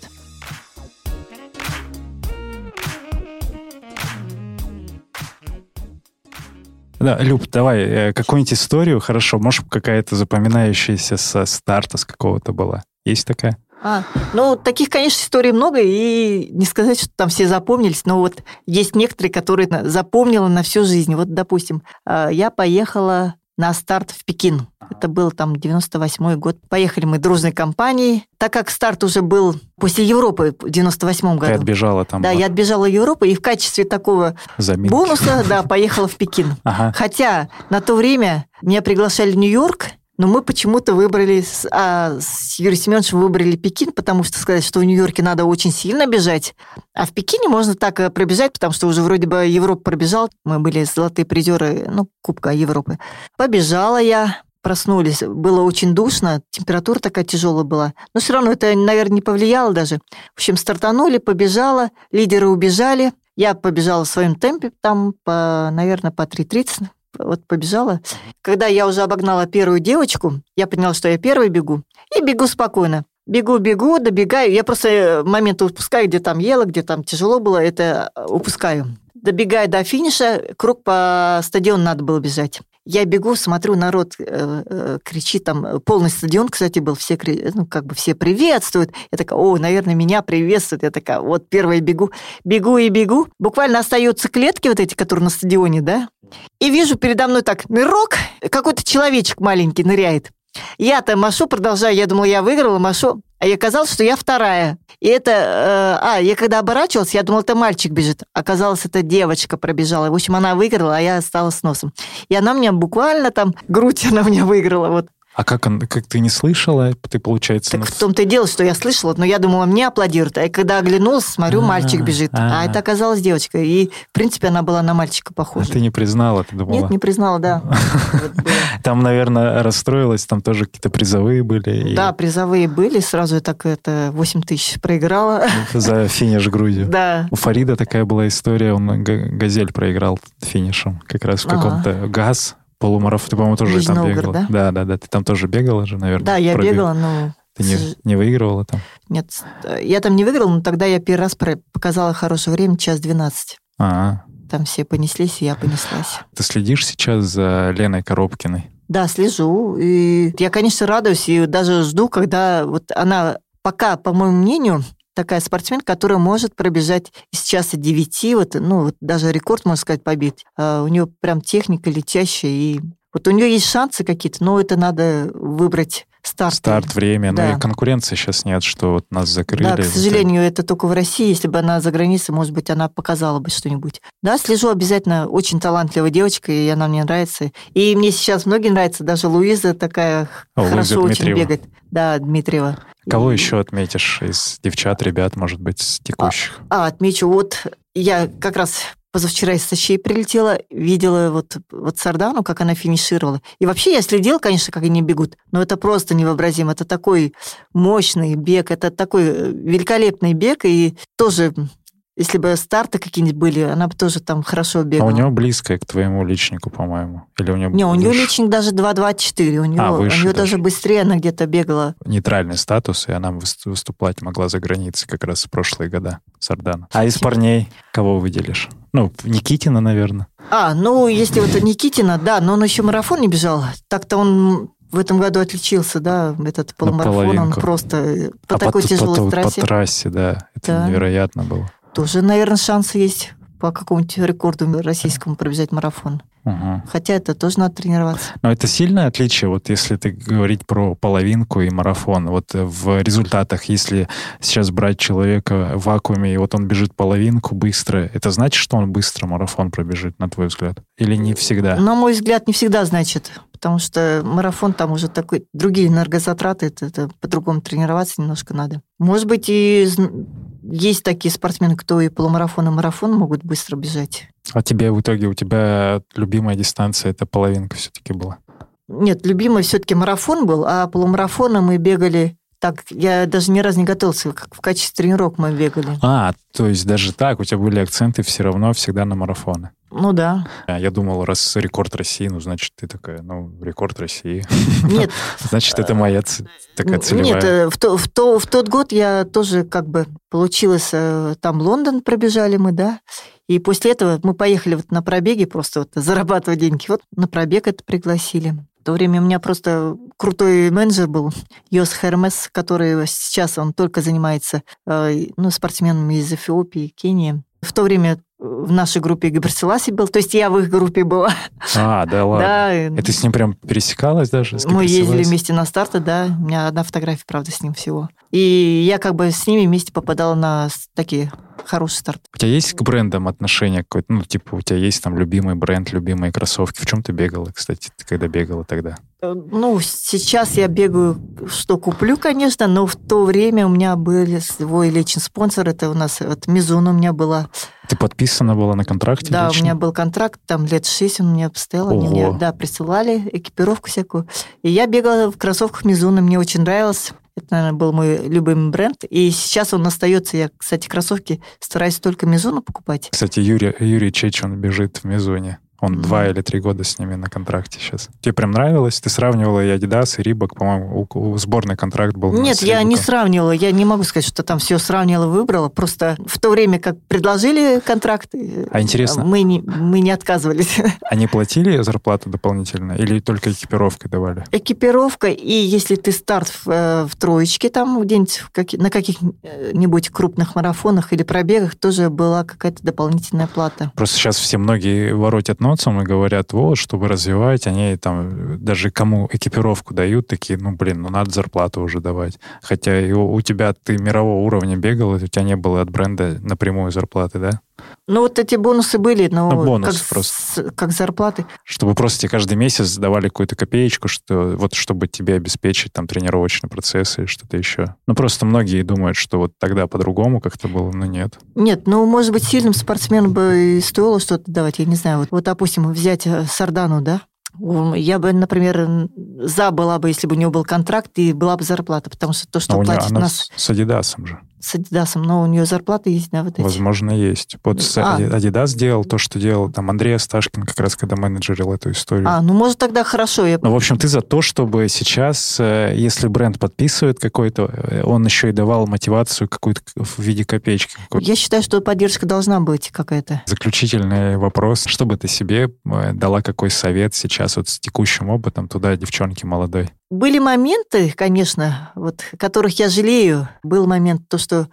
Да, Люб, давай, какую-нибудь историю, хорошо, может, какая-то запоминающаяся со старта с какого-то была? Есть такая? А, ну, таких, конечно, историй много, и не сказать, что там все запомнились, но вот есть некоторые, которые запомнила на всю жизнь. Вот, допустим, я поехала на старт в Пекин. Это был там девяносто восьмой год. Поехали мы дружной компанией. Так как старт уже был после Европы в девяносто восьмом году. Ты отбежала там? Да, вот. Я отбежала в Европу, и в качестве такого Заминки. бонуса, да, поехала в Пекин. Ага. Хотя на то время меня приглашали в Нью-Йорк Но мы почему-то выбрали, с- а с Юрием Семеновичем выбрали Пекин, потому что сказали, что в Нью-Йорке надо очень сильно бежать, а в Пекине можно так э, пробежать, потому что уже вроде бы Европу пробежал. Мы были золотые призеры, ну, Кубка Европы. Побежала я, проснулись, было очень душно, температура такая тяжелая была. Но все равно это, наверное, не повлияло даже. В общем, стартанули, побежала, лидеры убежали. Я побежала в своем темпе, там, по, наверное, по три тридцать. Вот побежала. Когда я уже обогнала первую девочку, я поняла, что я первой бегу, и бегу спокойно. Бегу, бегу, добегаю. Я просто момент упускаю, где там ела, где там тяжело было, это упускаю. Добегаю до финиша, круг по стадиону надо было бежать. Я бегу, смотрю, народ э, э, кричит, там полный стадион, кстати, был, все, ну, как бы все приветствуют. Я такая, о, наверное, меня приветствуют. Я такая, вот первая бегу, бегу и бегу. Буквально остаются клетки вот эти, которые на стадионе, да, и вижу передо мной так нырок, какой-то человечек маленький ныряет. Я-то машу, продолжаю, я думала, я выиграла, машу, а я оказалось, что я вторая. И это, э, а, я когда оборачивалась, я думала, это мальчик бежит. Оказалось, это девочка пробежала. В общем, она выиграла, а я осталась с носом. И она меня буквально там, грудь она меня выиграла, вот. А как, он, как ты не слышала? Ты, получается... Так на... в том-то и дело, что я слышала, но я думала, мне аплодируют. А когда оглянулась, смотрю, мальчик бежит. А это оказалась девочка. И, в принципе, она была на мальчика похожа. А ты не признала, ты думала? Нет, не признала, да. Там, наверное, расстроилась, там тоже какие-то призовые были. Да, призовые были. Сразу я так это восемь тысяч проиграла. За финиш грудью. Да. У Фарида такая была история, он «Газель» проиграл финишем. Как раз в каком-то «ГАЗ». Полумарафон, ты, по-моему, тоже Нижний там Новгород, бегала. да? Да, да, да. Ты там тоже бегала же, наверное. Да, я пробег. бегала, но... Ты не, не выигрывала там? Нет, я там не выиграла, но тогда я первый раз показала хорошее время, час двенадцать. А-а. Там все понеслись, и я понеслась. Ты следишь сейчас за Леной Коробкиной? Да, слежу. И я, конечно, радуюсь и даже жду, когда вот она пока, по моему мнению, такая спортсменка, которая может пробежать из часа девяти, вот, ну, вот даже рекорд, можно сказать, побить. А у нее прям техника летящая, и вот у нее есть шансы какие-то, но это надо выбрать старт. Старт, время. Да. Ну и конкуренции сейчас нет, что вот нас закрыли. Да, к сожалению, это только в России. Если бы она за границей, может быть, она показала бы что-нибудь. Да, слежу обязательно. Очень талантливая девочка, и она мне нравится. И мне сейчас многие нравятся. Даже Луиза такая О, хорошо Луиза очень Дмитриева. бегает. Да, Дмитриева. Кого И... еще отметишь из девчат, ребят, может быть, с текущих? А, а, отмечу, вот я как раз позавчера из Сочи прилетела, видела вот, вот Сардану, как она финишировала. И вообще я следила, конечно, как они бегут, но это просто невообразимо. Это такой мощный бег, это такой великолепный бег, и тоже... Если бы старты какие-нибудь были, она бы тоже там хорошо бегала. А у него близкое к твоему личнику, по-моему? Или у него Не, у нее выше? личник даже два двадцать четыре. У нее, А, у выше нее даже. даже быстрее она где-то бегала. Нейтральный статус, и она выступать могла за границей как раз в прошлые года, Сардана. А из парней кого выделишь? Ну, Никитина, наверное. А, ну, если вот Никитина, да, но он еще марафон не бежал. Так-то он в этом году отличился, да, этот полумарафон, он просто по а такой по, тяжелой по, трассе. По трассе, да, это Да. невероятно было. Тоже, наверное, шансы есть по какому-нибудь рекорду российскому пробежать марафон. Угу. Хотя это тоже надо тренироваться. Но это сильное отличие, вот если ты говорить про половинку и марафон, вот в результатах, если сейчас брать человека в вакууме, и вот он бежит половинку быстро, это значит, что он быстро марафон пробежит, на твой взгляд? Или не всегда? На мой взгляд, не всегда значит, потому что марафон там уже такой, другие энергозатраты, это, это по-другому тренироваться немножко надо. Может быть, и есть такие спортсмены, кто и полумарафон, и марафон могут быстро бежать. А тебе в итоге, у тебя любимая дистанция, это половинка все-таки была? Нет, любимый все-таки марафон был, а полумарафона мы бегали... Так, я даже ни разу не готовился, как в качестве тренировок мы бегали. А, то есть даже так, у тебя были акценты все равно всегда на марафоны? Ну да. Я думал, раз рекорд России, ну, значит, ты такая, ну, рекорд России. Нет. Значит, это моя такая целевая. Нет, в, то, в, то, в тот год я тоже как бы получилось, там Лондон пробежали мы, да, и после этого мы поехали вот на пробеги просто вот зарабатывать деньги. Вот на пробег это пригласили. В то время у меня просто крутой менеджер был, Йос Хермес, который сейчас он только занимается ну, спортсменами из Эфиопии, Кении. В то время в нашей группе Гебресиласи был, то есть я в их группе была. А, да ладно. Да. Это с ним прям пересекалась даже? С Мы ездили вместе на старты, да. У меня одна фотография, правда, с ним всего. И я как бы с ними вместе попадала на такие хорошие старты. У тебя есть к брендам отношение какое-то? Ну, типа, у тебя есть там любимый бренд, любимые кроссовки? В чем ты бегала, кстати, ты когда бегала тогда? Ну, сейчас я бегаю, что куплю, конечно, но в то время у меня был свой личный спонсор. Это у нас вот Мизуно у меня была. Ты подписана была на контракте? Да, лично? У меня был контракт, там лет шесть он мне постоял. Они мне, да, присылали экипировку всякую. И я бегала в кроссовках Мизуно, мне очень нравилось. Это, наверное, был мой любимый бренд. И сейчас он остается. Я, кстати, кроссовки стараюсь только Мизуно покупать. Кстати, Юрий, Юрий Чеч, он бежит в Мизуне. Он mm-hmm. два или три года с ними на контракте сейчас. Тебе прям нравилось? Ты сравнивала и Adidas, и Рибок, по-моему, у, у сборной контракт был. Нет, я не сравнивала. Я не могу сказать, что там все сравнивала, выбрала. Просто в то время, как предложили контракт, а интересно, мы не, мы не отказывались. Они платили зарплату дополнительно или только экипировкой давали? Экипировка, и если ты старт в, в троечке, там где-нибудь на каких-нибудь крупных марафонах или пробегах, тоже была какая-то дополнительная плата. Просто сейчас все многие воротят носом и говорят, вот, чтобы развивать, они там даже кому экипировку дают, такие, ну, блин, ну, надо зарплату уже давать. Хотя и у, у тебя ты мирового уровня бегал, у тебя не было от бренда напрямую зарплаты, да? Ну, вот эти бонусы были, но ну, бонус как, просто. С, как зарплаты. Чтобы просто тебе каждый месяц давали какую-то копеечку, что вот чтобы тебе обеспечить там тренировочный процесс или что-то еще. Ну, просто многие думают, что вот тогда по-другому как-то было, но нет. Нет, ну, может быть, сильным спортсменам бы и стоило что-то давать, я не знаю. Вот, вот допустим, взять Сардану, да? Я бы, например, за была бы, если бы у него был контракт, и была бы зарплата, потому что то, что а платит она нас... с Адидасом же. С Адидасом, но у нее зарплата есть, да, вот эти? Возможно, есть. Вот а. Адидас делал то, что делал там Андрей Асташкин, как раз когда менеджерил эту историю. А, ну, может, тогда хорошо. Я... Ну, в общем, ты за то, чтобы сейчас, если бренд подписывает какой-то, он еще и давал мотивацию какую-то в виде копеечки. Какой-то. Я считаю, что поддержка должна быть какая-то. Заключительный вопрос. Что бы ты себе дала какой совет сейчас вот с текущим опытом туда, девчонки молодой? Были моменты, конечно, вот, которых я жалею. Был момент, то, что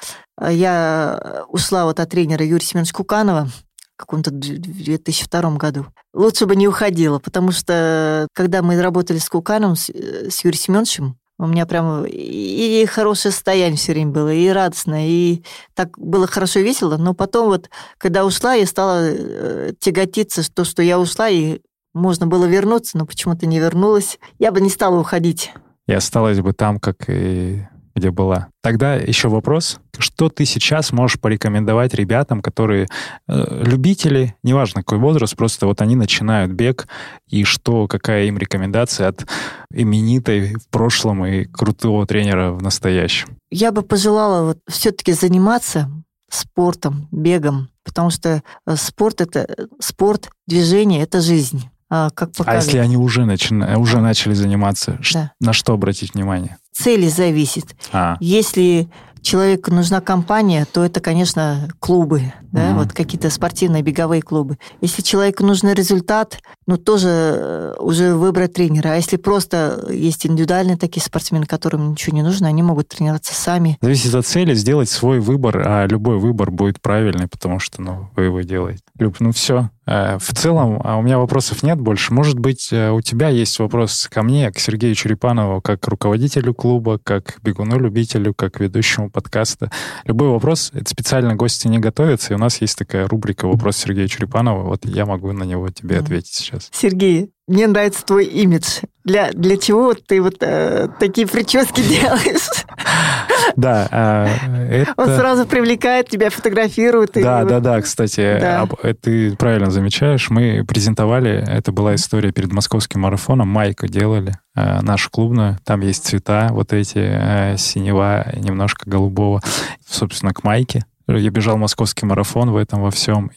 я ушла вот от тренера Юрия Семеновича Куканова в каком-то две тысячи втором году. Лучше бы не уходила, потому что когда мы работали с Кукановым, с, с Юрием Семеновичем, у меня прям и хорошее состояние все время было, и радостно, и так было хорошо и весело. Но потом вот, когда ушла, я стала тяготиться, то, что я ушла, и можно было вернуться, но почему-то не вернулась. Я бы не стала уходить. И осталась бы там, как и где была. Тогда еще вопрос. Что ты сейчас можешь порекомендовать ребятам, которые э, любители, неважно какой возраст, просто вот они начинают бег, и что, какая им рекомендация от именитой в прошлом и крутого тренера в настоящем? Я бы пожелала вот все-таки заниматься спортом, бегом, потому что спорт — это спорт, движение — это жизнь. А, как а если они уже, начина... уже начали заниматься, да. на что обратить внимание? Цели зависит. А. Если человеку нужна компания, то это, конечно, клубы, да, mm-hmm. вот какие-то спортивные беговые клубы. Если человеку нужен результат, ну, тоже уже выбрать тренера. А если просто есть индивидуальные такие спортсмены, которым ничего не нужно, они могут тренироваться сами. Зависит от цели, сделать свой выбор, а любой выбор будет правильный, потому что, ну, вы его делаете. Люб, ну, все. В целом, у меня вопросов нет больше. Может быть, у тебя есть вопрос ко мне, к Сергею Черепанову, как руководителю клуба, как бегуну-любителю, как ведущему подкаста. Любой вопрос, это специально гости не готовятся, и у нас есть такая рубрика «Вопрос Сергея Черепанова». Вот я могу на него тебе ответить сейчас. Сергей, мне нравится твой имидж. Для, для чего ты вот э, такие прически делаешь? Да, это... Он сразу привлекает тебя, фотографирует. Да, да, да, кстати, да. Ты правильно замечаешь. Мы презентовали, это была история перед московским марафоном, майку делали, нашу клубную. Там есть цвета, вот эти, синева, немножко голубого, собственно, к майке. Я бежал московский марафон в этом во всем,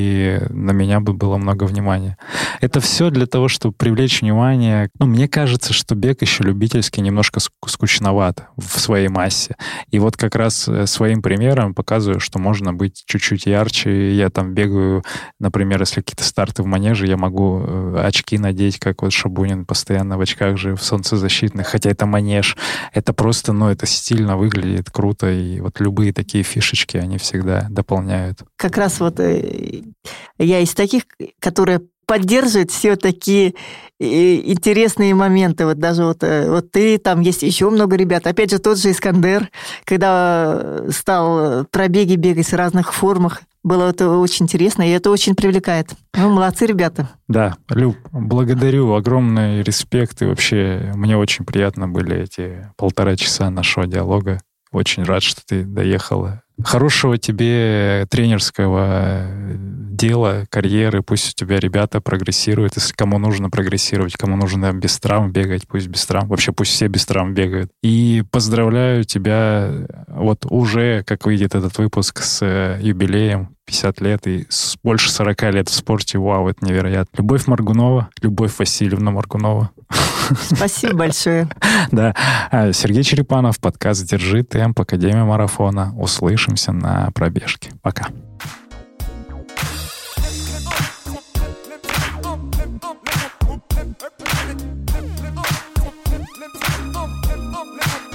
и на меня бы было много внимания. Это все для того, чтобы привлечь внимание. Ну, мне кажется, что бег еще любительский немножко скучноват в своей массе. И вот как раз своим примером показываю, что можно быть чуть-чуть ярче. Я там бегаю, например, если какие-то старты в манеже, я могу очки надеть, как вот Шабунин постоянно в очках же, в солнцезащитных, хотя это манеж. Это просто, ну, это стильно выглядит, круто, и вот любые такие фишечки, они всегда дополняют. Как раз вот я из таких, которые поддерживает все такие интересные моменты. Вот даже вот, вот ты, там есть еще много ребят. Опять же, тот же Искандер, когда стал пробеги бегать в разных формах, было это очень интересно, и это очень привлекает. Ну, молодцы ребята. Да, Люб, благодарю, огромный респект, и вообще мне очень приятно были эти полтора часа нашего диалога. Очень рад, что ты доехала. Хорошего тебе тренерского дела, карьеры. Пусть у тебя ребята прогрессируют. Если кому нужно прогрессировать, кому нужно без травм бегать, пусть без травм. Вообще пусть все без травм бегают. И поздравляю тебя вот уже, как выйдет этот выпуск, с юбилеем пятьдесят лет и с больше сорок лет в спорте. Вау, это невероятно. Любовь Моргунова, Любовь Васильевна Моргунова. Спасибо большое. Да. Сергей Черепанов, подкаст «Держи темп», Академия марафона. Услышимся на пробежке. Пока. Let